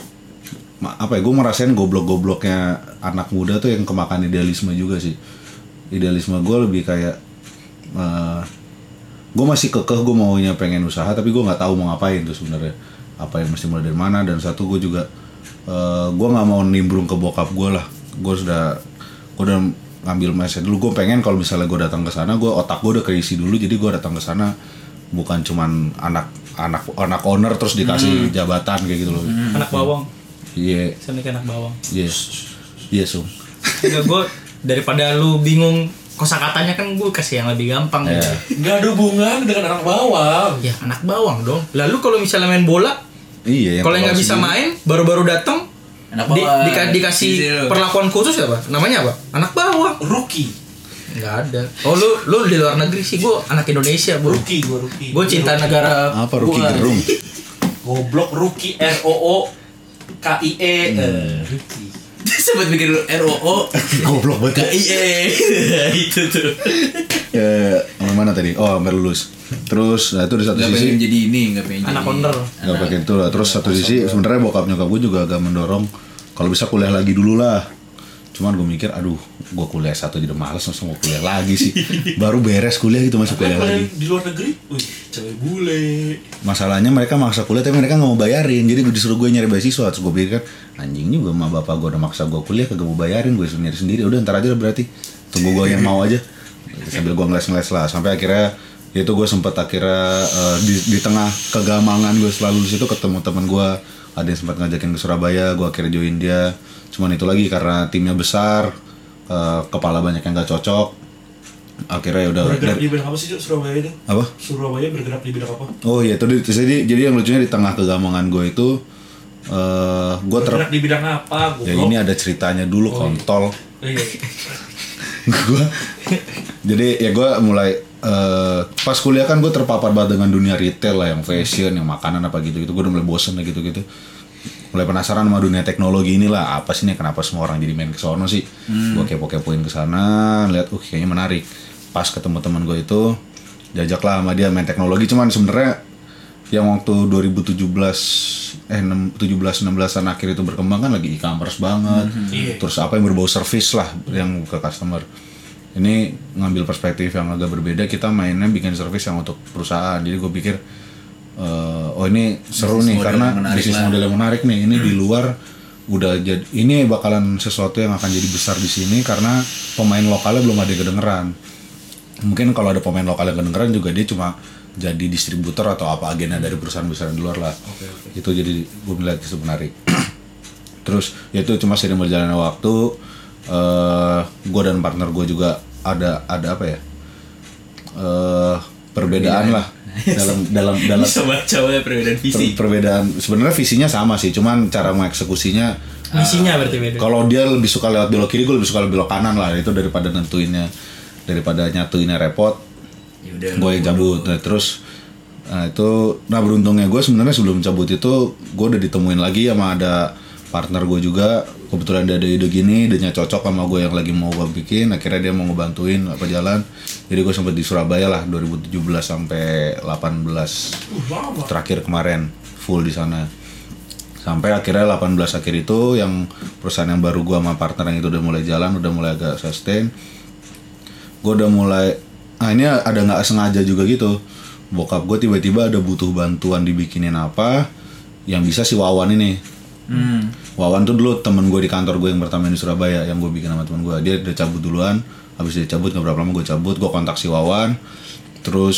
ma- apa ya, gue merasain goblok-gobloknya anak muda tuh yang kemakan idealisme juga sih. Idealisme gue lebih kayak eh, gue masih kekeh, gue maunya pengen usaha tapi gue nggak tahu mau ngapain tuh sebenarnya, apa yang mesti mulai dari mana. Dan satu gue juga eh, gue nggak mau nimbrung ke bokap gue lah. Gue sudah gue udah ngambil mindset dulu, gue pengen kalau misalnya gue datang ke sana, gue otak gue udah keisi dulu, jadi gue datang ke sana bukan cuman anak anak anak owner terus dikasih jabatan kayak gitu loh. Anak bawang. Iya, Sana kayak anak bawang. iya, iya sung. Enggak, gue daripada lu bingung kosakatanya kan gue kasih yang lebih gampang Iya. ya. Nggak ada hubungan dengan anak bawang. Ya anak bawang dong. Lalu kalau misalnya main bola, Iya, yang kalau yang nggak tahu bisa sendiri. main, baru-baru datang, Anak di, bawang. dika- dikasih Gitu loh. perlakuan khusus apa? Namanya apa? Anak bawang. Rookie. Nggak ada. Oh lu lu di luar negeri sih, gue anak Indonesia bro. Rookie gua rookie. Gue cinta negara. Apa Ruki gua. Gerung? Goblok rookie R O O K I E. Eh, Rookie. Sempat bikin R O O Goblok banget. K I E. Itu tuh. Eh, sampai mana tadi? Oh, sampai lulus. Terus, nah itu di satu Gak sisi pengen jadi ini, gak pengen Anak jadi owner. nggak pakai itu lah. Terus satu sisi sebenarnya bokap nyokap gue juga agak mendorong kalau bisa kuliah lagi dulu lah. Cuman gue mikir, aduh, gue kuliah satu jadi males, langsung mau kuliah lagi sih. Baru beres kuliah gitu masuk Tapi kuliah kalian lagi. di luar negeri, wih, cewek bule. Masalahnya mereka maksa kuliah tapi mereka nggak mau bayarin. Jadi gue disuruh gue nyari beasiswa. Terus gue pikir kan, anjing juga sama bapak gue udah maksa gue kuliah kagak mau bayarin, gue suruh nyari sendiri. Udah ntar aja lah berarti. Tunggu gue yang mau aja. Sambil gue ngeles-ngeles lah. Sampai akhirnya itu gue sempet akhirnya eh, di, di tengah kegamangan gue selalu di situ ketemu teman gue. Ada yang sempat ngajakin ke Surabaya, gue akhirnya join dia. Cuman itu lagi karena timnya besar, eh, kepala banyak yang gak cocok. Akhirnya ya udah. Bergerak dari- di bidang apa sih, Cuk, Surabaya itu? apa? Surabaya bergerak di bidang apa? Oh iya, itu di- jadi jadi yang lucunya di tengah kegamangan gue itu uh, gue ter Bergerak di bidang apa? ya ini ada ceritanya dulu kontol. Iya. Gue jadi ya gue mulai uh, pas kuliah kan gue terpapar banget dengan dunia retail lah, yang fashion, yang makanan apa gitu gitu. Gue udah mulai bosen lah gitu gitu. Mulai penasaran sama dunia teknologi inilah, apa sih nih, kenapa semua orang jadi main ke sono sih? Hmm. Gue kepo-kepoin ke sana, lihat, uh kayaknya menarik. Pas ketemu teman gue itu, diajaklah sama dia main teknologi. Cuman sebenarnya yang waktu dua ribu tujuh belas eh tujuh belas enam belasan akhir itu berkembang kan lagi e-commerce banget. Mm-hmm. Terus apa yang berbau service lah yang ke customer. Ini ngambil perspektif yang agak berbeda, kita mainnya bikin service yang untuk perusahaan. Jadi gue pikir uh, oh ini seru bisnis nih karena bisnis lah. model yang menarik nih. Ini di luar udah jadi, ini bakalan sesuatu yang akan jadi besar di sini karena pemain lokalnya belum ada yang kedengeran. Mungkin kalau ada pemain lokal yang kedengeran juga dia cuma jadi distributor atau apa agennya dari perusahaan besar di luar lah. Okay, okay. Itu jadi gue melihat itu menarik. Terus ya itu cuma sering berjalannya waktu, uh, gue dan partner gue juga ada ada apa ya uh, perbedaan lah dalam dalam dalam Bisa baca ya perbedaan visi. per, perbedaan sebenarnya visinya sama sih, cuman cara mengeksekusinya Misinya berarti beda. kalau dia lebih suka lewat belok kiri, gue lebih suka belok kanan lah. Itu daripada nentuinnya, daripada nyatuinnya repot, gue yang cabut. Nah, terus nah itu nah beruntungnya gue sebenarnya sebelum cabut itu gue udah ditemuin lagi sama ada partner gue juga, kebetulan dia ada ide gini, idenya cocok sama gue yang lagi mau gue bikin. Akhirnya dia mau ngebantuin apa jalan, jadi gue sempet di Surabaya lah dua ribu tujuh belas sampai delapan belas terakhir kemarin full di sana. Sampai akhirnya delapan belas akhir itu yang perusahaan yang baru gue sama partner yang itu udah mulai jalan, udah mulai agak sustain. Gue udah mulai, ah ini ada nggak sengaja juga gitu. Bokap gue tiba-tiba ada butuh bantuan dibikinin apa, yang bisa si Wawan ini. Hmm. Wawan tuh dulu temen gue di kantor gue yang pertama di Surabaya, yang gue bikin sama temen gue. Dia udah cabut duluan, habis dia cabut nggak berapa lama gue cabut, gue kontak si Wawan. Terus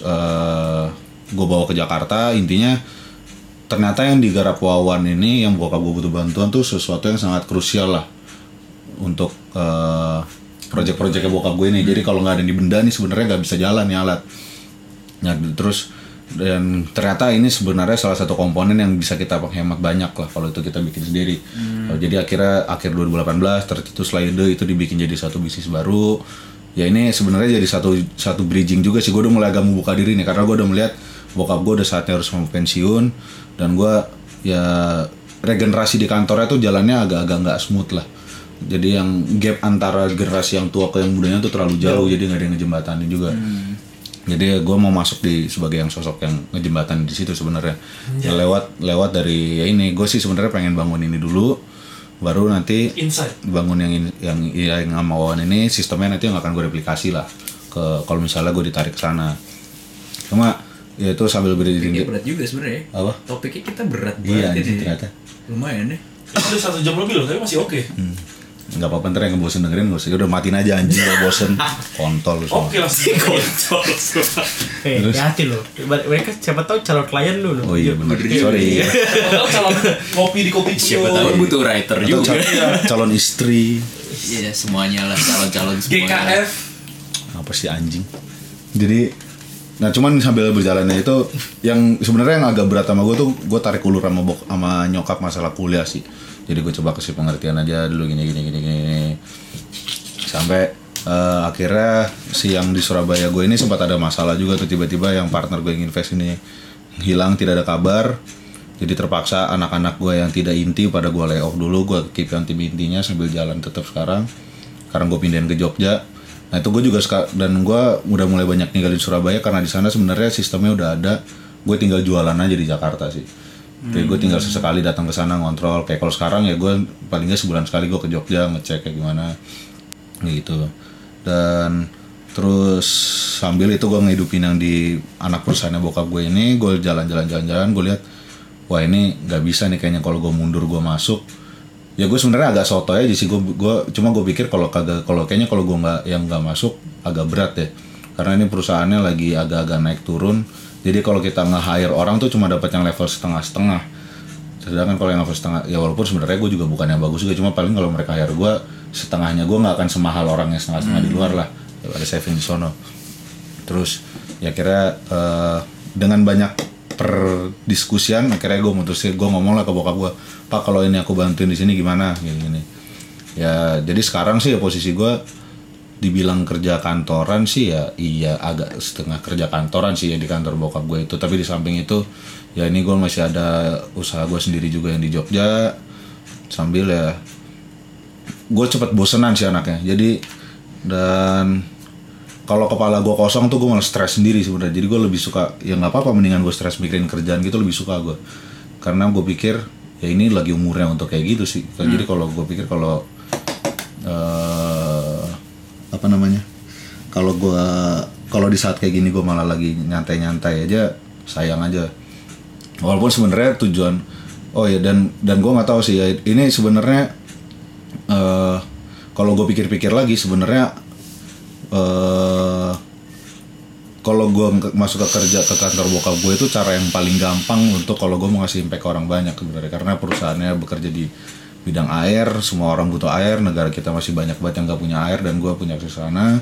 uh, gue bawa ke Jakarta. Intinya ternyata yang digarap Wawan ini, yang bokap gue butuh bantuan tuh sesuatu yang sangat krusial lah untuk uh, project-projectnya bokap gue ini. Jadi kalau nggak ada di benda nih sebenarnya nggak bisa jalan nih alat. Nah, terus dan ternyata ini sebenarnya salah satu komponen yang bisa kita hemat banyak lah kalau itu kita bikin sendiri. Hmm. Jadi akhirnya akhir dua ribu delapan belas tercetus Layde itu dibikin jadi satu bisnis baru. Ya ini sebenarnya jadi satu satu bridging juga sih. Gue udah mulai agak membuka diri nih karena gue udah melihat bokap gue udah saatnya harus mau pensiun, dan gue ya regenerasi di kantornya tuh jalannya agak-agak nggak smooth lah. Jadi yang gap antara generasi yang tua ke yang mudanya tuh terlalu jauh, jadi nggak ada yang ngejembatanin juga. Hmm. Jadi gue mau masuk di sebagai yang sosok yang ngejembatan di situ sebenarnya. Ya. Lewat lewat dari ya ini, gue sih sebenarnya pengen bangun ini dulu, baru nanti Inside. bangun yang in, yang yang sama Wawan ini, sistemnya nanti yang akan gue replikasi lah ke kalau misalnya gue ditarik ke sana. Cuma ya itu sambil berdiri. Topiknya berat juga sebenarnya. Apa? Topiknya kita berat iya, banget. Iya, ternyata. Lumayan deh. Itu satu jam lebih loh, tapi masih oke. Okay. Hmm. Nggak apa-apa, ntar yang ngebosen dengerin gak usah, udah matiin aja anjing kalau bosen. Kontol lu semua. Oke langsung kontol. Eh, hati lo. Mereka siapa tahu calon klien lu loh. Oh iya benar. Sorry. Atau calon kopi di kopi Siapa tahu butuh writer Atau juga. calon, calon istri. Iya, semuanya lah, calon-calon G K semuanya. F. Apa sih anjing? Jadi nah cuman sambil berjalannya itu yang sebenarnya yang agak berat sama gue tuh, gue tarik ulur sama bok sama nyokap masalah kuliah sih. Jadi gue coba kasih pengertian aja dulu gini gini gini gini sampai uh, akhirnya si yang di Surabaya gue ini sempat ada masalah juga tuh, tiba-tiba yang partner gue yang invest ini hilang, tidak ada kabar. Jadi terpaksa anak-anak gue yang tidak inti pada gue lay off dulu, gue keep yang tim intinya sambil jalan tetap sekarang. Sekarang gue pindahin ke Jogja. Nah itu gue juga suka, dan gue udah mulai banyak ninggalin Surabaya karena di sana sebenarnya sistemnya udah ada. Gue tinggal jualan aja di Jakarta sih. Jadi gue tinggal sesekali datang ke sana ngontrol. Kayak kalau sekarang ya gue paling nggak sebulan sekali gue ke Jogja ngecek kayak gimana gitu. Dan terus sambil itu gue ngehidupin yang di anak perusahaannya bokap gue ini, gue jalan-jalan jalan-jalan, gue lihat wah ini nggak bisa nih kayaknya kalau gue mundur gue masuk. Ya gue sebenarnya agak soto aja sih, gue gue cuma gue pikir kalau kagak kalau kayaknya kalau gue nggak yang nggak masuk agak berat ya, karena ini perusahaannya lagi agak-agak naik turun. Jadi kalau kita nge-hire orang tuh cuma dapat yang level setengah-setengah. Sedangkan kalau yang level setengah, ya walaupun sebenarnya gue juga bukan yang bagus juga, cuma paling kalau mereka hire gue setengahnya, gue nggak akan semahal orang yang setengah-setengah hmm. di luar lah. Ada saving di sono. Terus ya kira uh, dengan banyak perdiskusian akhirnya gue mutusin, gue ngomong lah ke bokap gue, Pak kalau ini aku bantuin di sini gimana gini, gini. Ya jadi sekarang sih ya posisi gue dibilang kerja kantoran sih ya iya agak setengah kerja kantoran sih ya di kantor bokap gue itu, tapi di samping itu ya ini gue masih ada usaha gue sendiri juga yang di Jogja sambil ya gue cepet bosenan sih anaknya. Jadi dan kalau kepala gue kosong tuh gue malah stres sendiri sebenarnya. Jadi gue lebih suka ya nggak apa-apa mendingan gue stres mikirin kerjaan gitu, lebih suka gue karena gue pikir ya ini lagi umurnya untuk kayak gitu sih. Hmm. Jadi kalau gue pikir kalau uh, apa namanya kalau gue kalau di saat kayak gini gue malah lagi nyantai-nyantai aja, sayang aja. Walaupun sebenarnya tujuan oh ya dan dan gue nggak tahu sih ya ini sebenarnya uh, kalau gue pikir-pikir lagi sebenarnya Uh, kalau gue masuk ke kerja ke kantor bokap gue itu cara yang paling gampang untuk kalau gue mau ngasih impact ke orang banyak sebenarnya, karena perusahaannya bekerja di bidang air, semua orang butuh air, negara kita masih banyak banget yang nggak punya air dan gue punya ke sana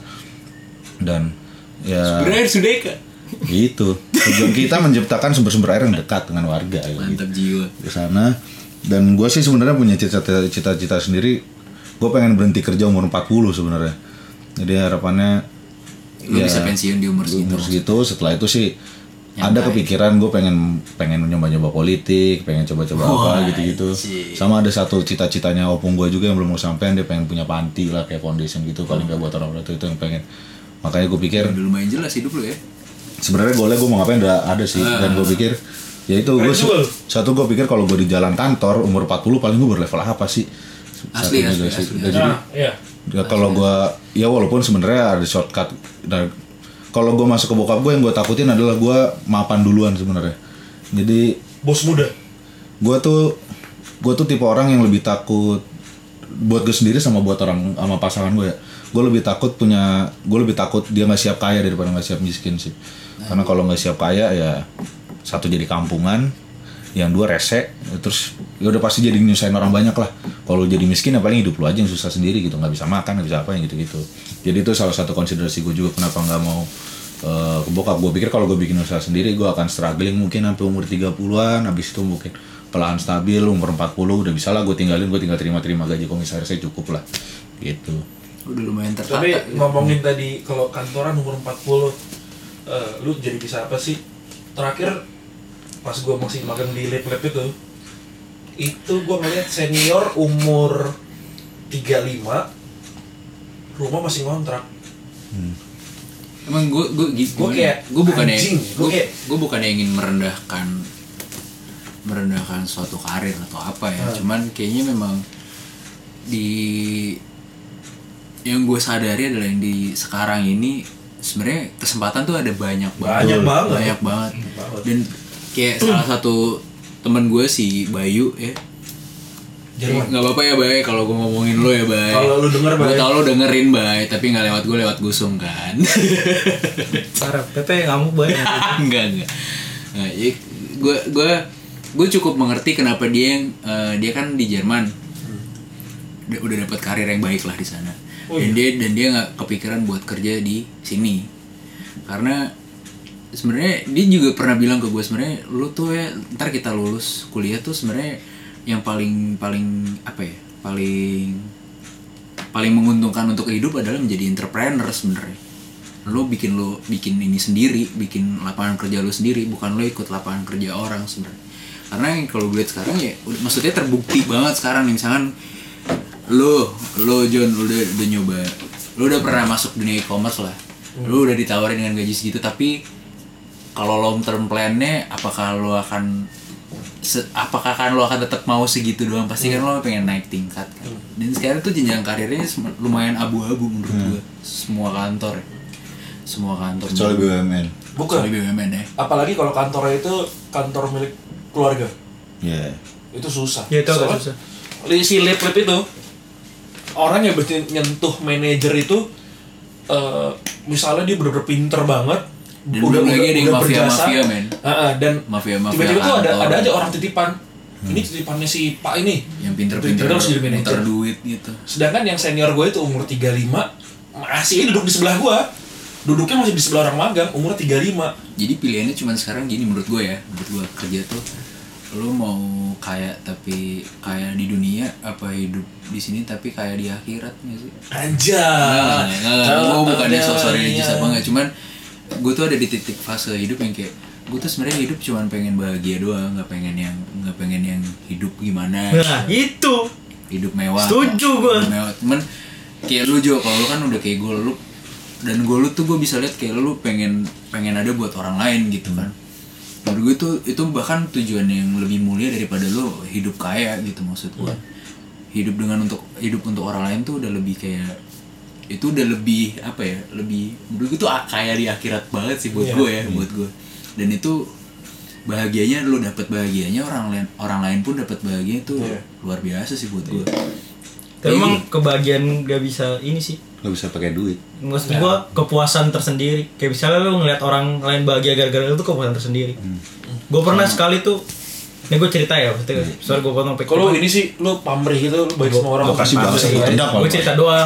dan ya Sumber sudah kak itu tujuan kita menciptakan sumber-sumber air yang dekat dengan warga. Mantap gitu. jiwa Di sana dan gue sih sebenarnya punya cita-cita sendiri, gue pengen berhenti kerja umur empat puluh sebenarnya. Jadi harapannya lu ya, bisa pensiun di umur segitu. Umur segitu setelah itu sih Nyantai. Ada kepikiran gue pengen pengen nyoba-nyoba politik, pengen coba-coba apa gitu-gitu. Sama ada satu cita-citanya opung gue juga yang belum mau sampean, dia pengen punya panti lah kayak foundation gitu, paling nggak buat orang-orang itu itu yang pengen. Makanya gue pikir udah lumayan jelas hidup lu ya. Sebenarnya golnya gue mau ngapain udah ada sih, dan gue pikir ya itu gue satu gue pikir kalau gue di jalan kantor umur empat puluh paling gue berlevel apa sih? Asli asli, asli, asli. Jadi iya. Ya kalau gue, ya walaupun sebenarnya ada shortcut. Dan kalau gue masuk ke bokap gue yang gue takutin adalah gue mapan duluan sebenarnya. Jadi bos muda. Gue tuh, gue tuh tipe orang yang lebih takut buat gue sendiri sama buat orang sama pasangan gue ya. Gue lebih takut punya, gue lebih takut dia nggak siap kaya daripada nggak siap miskin sih. Karena kalau nggak siap kaya ya satu jadi kampungan, yang dua rese, terus ya udah pasti jadi nyusahin orang banyak lah. Kalau jadi miskin ya paling hidup lu aja yang susah sendiri gitu, nggak bisa makan, nggak bisa apa yang gitu-gitu. Jadi itu salah satu konsiderasi gue juga kenapa nggak mau uh, ke bokap. Gue pikir kalau gue bikin usaha sendiri gue akan struggling mungkin sampai umur tiga puluhan, habis itu mungkin pelan stabil umur empat puluh udah bisa lah gue tinggalin, gue tinggal terima-terima gaji komisaris saya cukup lah gitu. Udah lumayan tertata. Tapi ngomongin tadi kalau kantoran umur empat puluh, uh, lu jadi bisa apa sih? Terakhir pas gue masih magang di lab-lab itu, itu gue ngeliat senior umur tiga puluh lima rumah masih ngontrak. Hmm. Emang gue gue Gue kayak gue bukannya anjing, gue gue kayak gue bukannya ingin merendahkan merendahkan suatu karir atau apa ya, Hmm. cuman kayaknya memang di yang gue sadari adalah yang di sekarang ini sebenarnya kesempatan tuh ada banyak banget, Banyak banget. banyak banget. Banget. Dan kayak salah satu teman gue si Bayu ya, Jerman. nggak apa-apa ya Bay kalau gue ngomongin lo ya Bay. Kalau lu denger, Bay. Gue tau lo dengerin Bay, tapi nggak lewat gue, lewat Gusung kan. Sarap, Pepe ngamuk banget. enggak enggak. Nah, ya, gue gue gue cukup mengerti kenapa dia yang uh, dia kan di Jerman udah, udah dapat karir yang baik lah di sana. Oh, dan iya. dia dan dia nggak kepikiran buat kerja di sini karena sebenarnya dia juga pernah bilang ke gue, sebenarnya lu tuh ya ntar kita lulus kuliah tuh sebenarnya yang paling paling apa ya paling paling menguntungkan untuk hidup adalah menjadi entrepreneur sebenarnya. Lu bikin lu bikin ini sendiri, bikin lapangan kerja lu sendiri, bukan lu ikut lapangan kerja orang sebenarnya. Karena kalau gue lihat sekarang ya maksudnya terbukti banget sekarang nih, misalkan lu lu John lu udah udah nyoba, lu udah pernah masuk dunia e-commerce lah, lu udah ditawarin dengan gaji segitu, tapi kalau long term plan-nya apakah lo akan se- apakah kan lo akan tetap mau segitu doang? Pasti kan lo pengen naik tingkat kan. Dan sekarang tuh jenjang karirnya sem- lumayan abu-abu menurut hmm. gue. Semua kantor ya. Semua kantor. Kecuali B U M N. Bukan. Kecuali B U M N ya. Apalagi kalau kantornya itu kantor milik keluarga. Iya. Yeah. Itu susah. Ya itu agak Soalnya susah. Si lab-lab itu orang yang berarti nyentuh manajer itu uh, misalnya dia bener-bener pinter banget, Dan udah lagi ada yang mafia-mafia men. Uh, dan Mafia-mafia tiba-tiba tuh ada kantor. ada aja orang titipan. Hmm. Ini titipannya si Pak ini. Yang pinter-pinter Tiba-tiba harus jadi manajer. muter duit gitu. Sedangkan yang senior gue itu umur tiga puluh lima masih duduk di sebelah gue. duduknya masih di sebelah orang magang, umurnya tiga puluh lima. Jadi pilihannya cuma sekarang gini menurut gue ya, menurut gue kerja tuh lo mau kaya tapi kaya di dunia apa hidup di sini tapi kaya di akhirat nggak sih? Anjay. Gue bukannya sok-sok religius apa nggak, cuman gue tuh ada di titik fase hidup yang kayak gue tuh sebenarnya hidup cuman pengen bahagia doang, nggak pengen yang nggak pengen yang hidup gimana. Nah, itu. Hidup mewah. Setuju gue. Hidup mewah. Cuman kayak lu Jo, kalau lu kan udah kayak gue, lu dan gue lu tuh gue bisa lihat kayak lu pengen pengen ada buat orang lain gitu kan. Menurut gue itu itu bahkan tujuan yang lebih mulia daripada lu hidup kaya gitu maksud gue. Hidup dengan untuk hidup untuk orang lain tuh udah lebih kayak itu udah lebih apa ya, lebih menurut gue tuh kaya di akhirat banget sih buat Iya. gue ya, buat gue. Dan itu bahagianya lu dapet bahagianya, orang lain orang lain pun dapat bahagia itu Iya. luar biasa sih buat gue. Tapi emang kebahagiaan gak bisa ini sih. Lo bisa pakai duit. Maksud gua kepuasan tersendiri. Kayak misalnya lu ngeliat orang lain bahagia gara-gara lu tuh kepuasan tersendiri. Gua pernah sekali tuh, ini gue cerita ya, maksudnya soalnya gue potong Kalau ini sih lu pamrih gitu, lu baik sama orang. Gua kasih bahasa gua tendang gue cerita doang.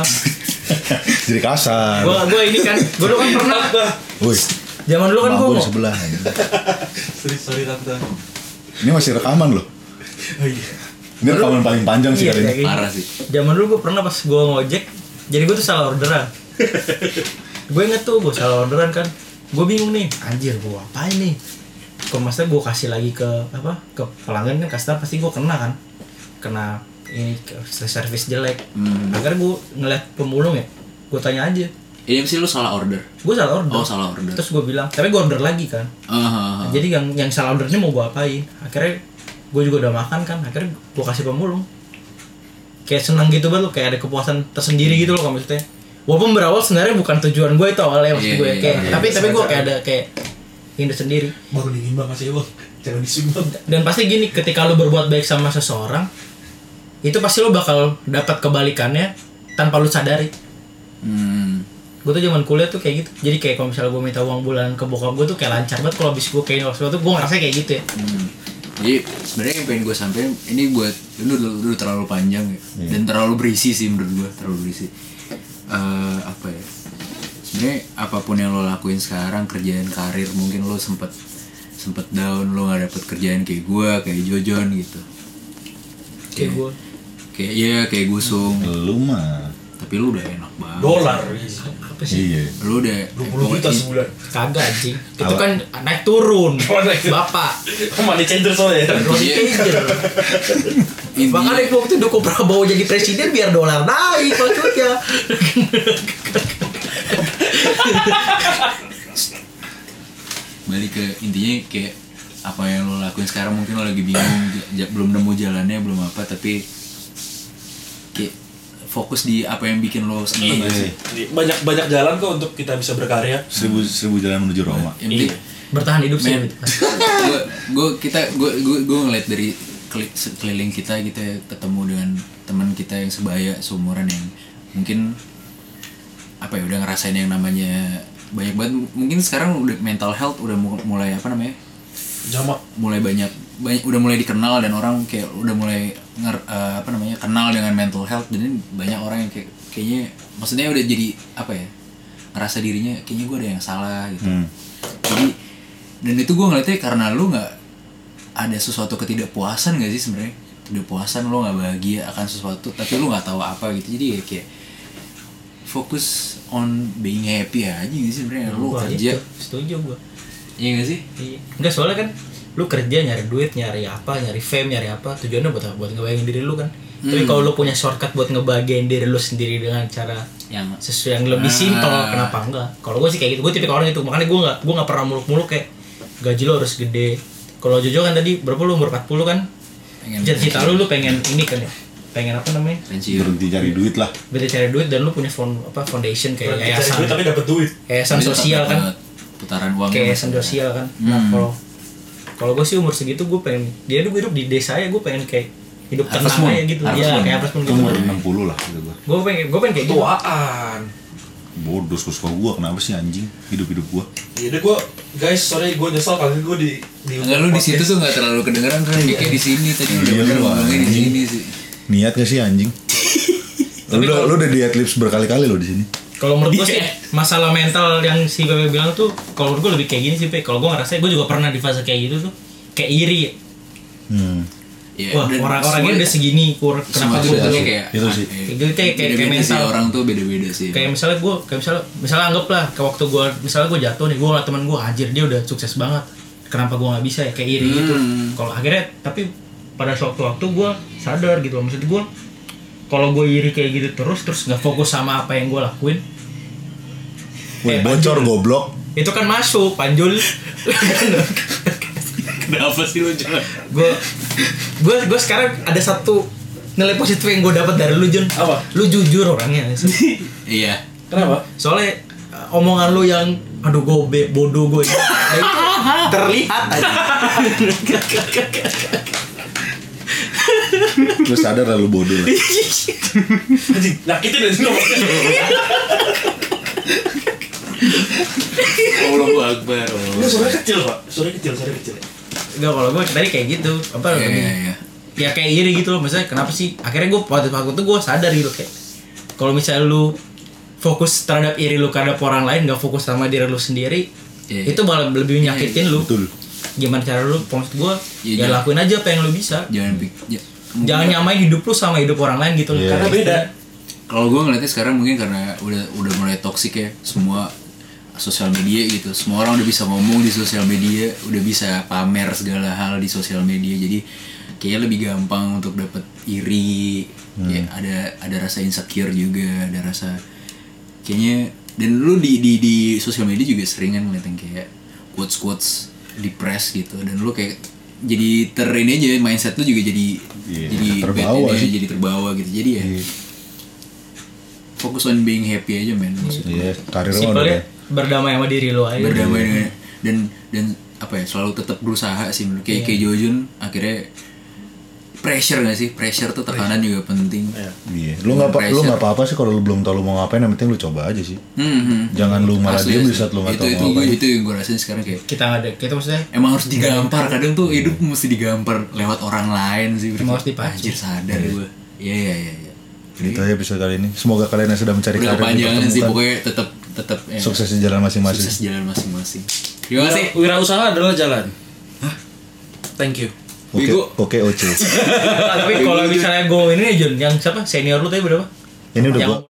Jadi kasar. Gue gue ini kan, gue dulu kan pernah. Woi. Zaman dulu kan Emak gue gua di mau. sebelah. Sorry, sorry tante. Ini masih rekaman loh. Oh iya. Ini rekaman paling panjang sih Iya, kali kayak ini. gini. Parah sih. Zaman dulu gue pernah pas gue ngojek, jadi gue tuh salah orderan. Gue inget tuh gue salah orderan kan. Gue bingung nih, anjir gue apain nih? Kalau maksudnya gue kasih lagi ke apa ke pelanggan kan, customer pasti gue kena kan, kena ini servis jelek. Hmm. Akhirnya gue ngeliat pemulung ya, gue tanya aja. Ini sih lu salah order. Gue salah order. Oh, salah order. Terus gue bilang, tapi gue order lagi kan. Ah, ah, ah. Jadi yang yang salah ordernya mau gue apain? Akhirnya gue juga udah makan kan. Akhirnya gue kasih pemulung. Kayak senang gitu banget, kayak ada kepuasan tersendiri gitu loh maksudnya. Walaupun berawal sebenarnya bukan tujuan gue itu awalnya maksud Iya, gue iya, kayak iya, tapi tapi gue sengaja. kayak ada kayak ini sendiri. Baru dingin banget sih bang, jangan disumbang. Dan pasti gini, ketika lu berbuat baik sama seseorang, itu pasti lu bakal dapat kebalikannya tanpa lu sadari. Hmm. Gue tuh zaman kuliah tuh kayak gitu. Jadi kayak kalau misalnya gue minta uang bulanan ke bokap gue tuh kayak lancar banget kalau habis gue kayak waktu itu gue ngerasa kayak gitu ya. Hmm. Jadi sebenarnya yang pengen gue sampein ini buat lu dulu terlalu panjang ya. Dan terlalu berisi sih menurut gue, terlalu berisi. Eh apa ya? Sebenarnya apapun yang lo lakuin sekarang, kerjaan karir, mungkin lo sempet sempet down, lo nggak dapet kerjaan kayak gue, kayak Jojon gitu. Kayak gue. Kayak iya kayak Gusung. Lu mah. Tapi lu udah enak banget. Dolar. Apa sih? Iya. Lu udah dua puluh juta sebulan. Kagak anjing. Itu Apa? kan naik turun. Oh, naik. Bapak. Money changer soalnya. Money changer. Intinya- Makanya waktu dukung Prabowo jadi presiden biar dolar naik maksudnya. Balik ke intinya kayak apa yang lo lakuin sekarang, mungkin lo lagi bingung, j- belum nemu jalannya, belum apa, tapi kayak fokus di apa yang bikin lo seneng Iya. sih. Banyak banyak jalan kok untuk kita bisa berkarya. Seribu seribu jalan menuju Roma. Yang penting, Bertahan hidup sih. men, gue gue kita gue gue gue ngeliat dari keli- sekeliling kita kita ketemu dengan teman kita yang sebaya seumuran yang mungkin apa ya udah ngerasain yang namanya banyak banget, mungkin sekarang udah mental health udah mu- mulai apa namanya Jamak. mulai banyak banyak udah mulai dikenal dan orang kayak udah mulai nger, eh, apa namanya kenal dengan mental health, jadi banyak orang yang kayak kayaknya maksudnya udah jadi apa ya ngerasa dirinya kayaknya gue ada yang salah gitu. Hmm. Jadi dan itu gue ngeliatnya karena lu nggak ada sesuatu ketidakpuasan gak sih sebenarnya, ketidakpuasan lo nggak bahagia akan sesuatu tapi lu nggak tahu apa gitu, jadi ya kayak fokus on being happy aja gak sih sebenarnya lu Wah, kerja. itu. Setuju gue. Iya gak sih? Iya. Enggak, soalnya kan lu kerja nyari duit, nyari apa, nyari fame, nyari apa, tujuannya buat apa? Buat ngebahagiain diri lu kan. Tapi Hmm. kalau lu punya shortcut buat ngebahagiain diri lu sendiri dengan cara Yang sesuatu yang lebih Ah. simpel, kenapa enggak? Kalau gue sih kayak gitu, gue tipikal orang itu. Makanya gue nggak gue nggak pernah muluk-muluk kayak gaji lo harus gede. Kalau Jojo kan tadi berapa lu umur empat puluh kan? pengen Cita-cita lu lu pengen ini kan ya? Pengen apa namanya? pensiun. Berhenti cari duit lah. Berarti cari duit dan lu punya fond, apa foundation kayak Cari yayasan, duit tapi dapat duit. yayasan Jadi sosial tetap kan? dapat putaran uang Kayak yayasan sosial kan. Nah Hmm. kalau kalau gue sih umur segitu gue pengen dia tuh hidup di desa ya, gue pengen kayak hidup Harvest tenang Moon. aja gitu. Harvest Iya Moon. kayak Harvest Moon gitu. Umur enam puluh lah gitu gua. Gue pengen gue pengen kayak gitu. Tuaan. Bodoh suka gua, kenapa sih anjing hidup-hidup gua? Jadi gue, guys, sorry gue nyesal kali ini gue di di Enggak, lu di situ tuh nggak terlalu kedengeran kan kayak di sini tadi udah Iya, bener lu ngomongin di anjing. sini sih. Niat gak sih anjing? Lu udah, lu udah diet lips berkali-kali lo di sini. Kalau menurut gue sih masalah mental yang si Pepe bilang tuh, kalau menurut gue lebih kayak gini sih, Pe. Kalau gue ngerasa, gue juga pernah di fase kayak gitu tuh, kayak iri. Hmm. Ya, Wah, dan orang-orangnya semua- udah segini, kur kenapa semua gue sebetulnya tuh kayak Itu sih. eh, Itu kayak- kayak- kayak beda-beda sih, mental. orang tuh beda-beda sih. kayak misalnya gue, kayak misalnya, misalnya anggaplah kayak waktu gue, misalnya gue jatuh nih, gue ngeliat temen gue, anjir dia udah sukses banget, kenapa gue nggak bisa ya, kayak iri gitu. Hmm. Kalau akhirnya, tapi pada suatu waktu gue sadar gitu, maksud gue, kalau gue iri kayak gitu terus, terus nggak fokus sama apa yang gue lakuin, Wih, Eh, bocor Panjul. goblok. itu kan masuk panjul. Kenapa sih lu jangan? gue gue gue sekarang ada satu nilai positif yang gue dapat dari lu, Jun. Apa? Lu jujur orangnya. Iya. Kenapa? Soalnya uh, omongan lu yang aduh gobe bodoh gue terlihat aja. Lu sadar lah lu bodoh lah. Anjing, nyakitin aja ngomongnya. Allahu Akbar. Lu suaranya kecil, Pak. Suaranya kecil, suaranya kecil. Enggak, kalau gue tadi kayak gitu apa Iya, lebih iya, iya. ya kayak iri gitu loh. Maksudnya kenapa sih akhirnya gue waktu waktu itu gue sadar gitu kayak kalau misalnya lu fokus terhadap iri lu terhadap orang lain, nggak fokus sama diri lu sendiri, Iya. itu malah lebih nyakitin lu. Betul. Gimana cara lu? Maksud gue Iya, ya jangan- lakuin aja apa yang lu bisa. Jangan pik- ja- Jangan nyamain hidup lu sama hidup orang lain gitu loh. Iya. Karena beda. Kalau gue ngeliatnya sekarang mungkin karena udah udah mulai toksik ya semua sosial media gitu. Semua orang udah bisa ngomong di sosial media, udah bisa pamer segala hal di sosial media. Jadi kayaknya lebih gampang untuk dapet iri. Ya, ada ada rasa insecure juga, ada rasa kayaknya. Dan lu di di di sosial media juga sering kan ngeliatin kayak quotes quotes depres gitu. Dan lu kayak jadi ter ini aja mindset lu juga jadi Iya, jadi terbawa bad ini, sih. jadi terbawa gitu. Jadi ya Iya. fokus on being happy aja men maksudnya. Iya, karir lo udah. Simpelnya berdamai sama diri lu aja. Berdamai dengan dan dan apa ya selalu tetap berusaha sih menurut kayak kayak Jojun akhirnya pressure gak sih, pressure tuh tekanan juga penting. Iya, lu nggak apa, lu nggak apa-apa sih kalau lu belum tahu lu mau ngapain, yang penting lu coba aja sih. Hmm, hmm. Jangan lu malah Asli, diem di asli. saat lu nggak itu tahu itu mau ngapain. itu yang gue rasain sekarang kayak Kita nggak ada, kita maksudnya emang harus digampar, kadang tuh hidup mesti digampar lewat orang lain sih. Emang harus dipacu. Anjir sadar gue. Iya iya iya. iya. Itu aja episode kali ini. Semoga kalian yang sudah mencari Udah karir kepanjangan sih dipertemukan. pokoknya tetap tetap ya, Sukses di jalan masing-masing. sukses jalan masing-masing. Terima kasih. Wirausaha adalah jalan. Hah? Thank you. Oke, Bego. oke, oce. tapi kalau misalnya gue ini nih Jun, yang siapa senior lu tadi berapa? Ini udah Yang- gua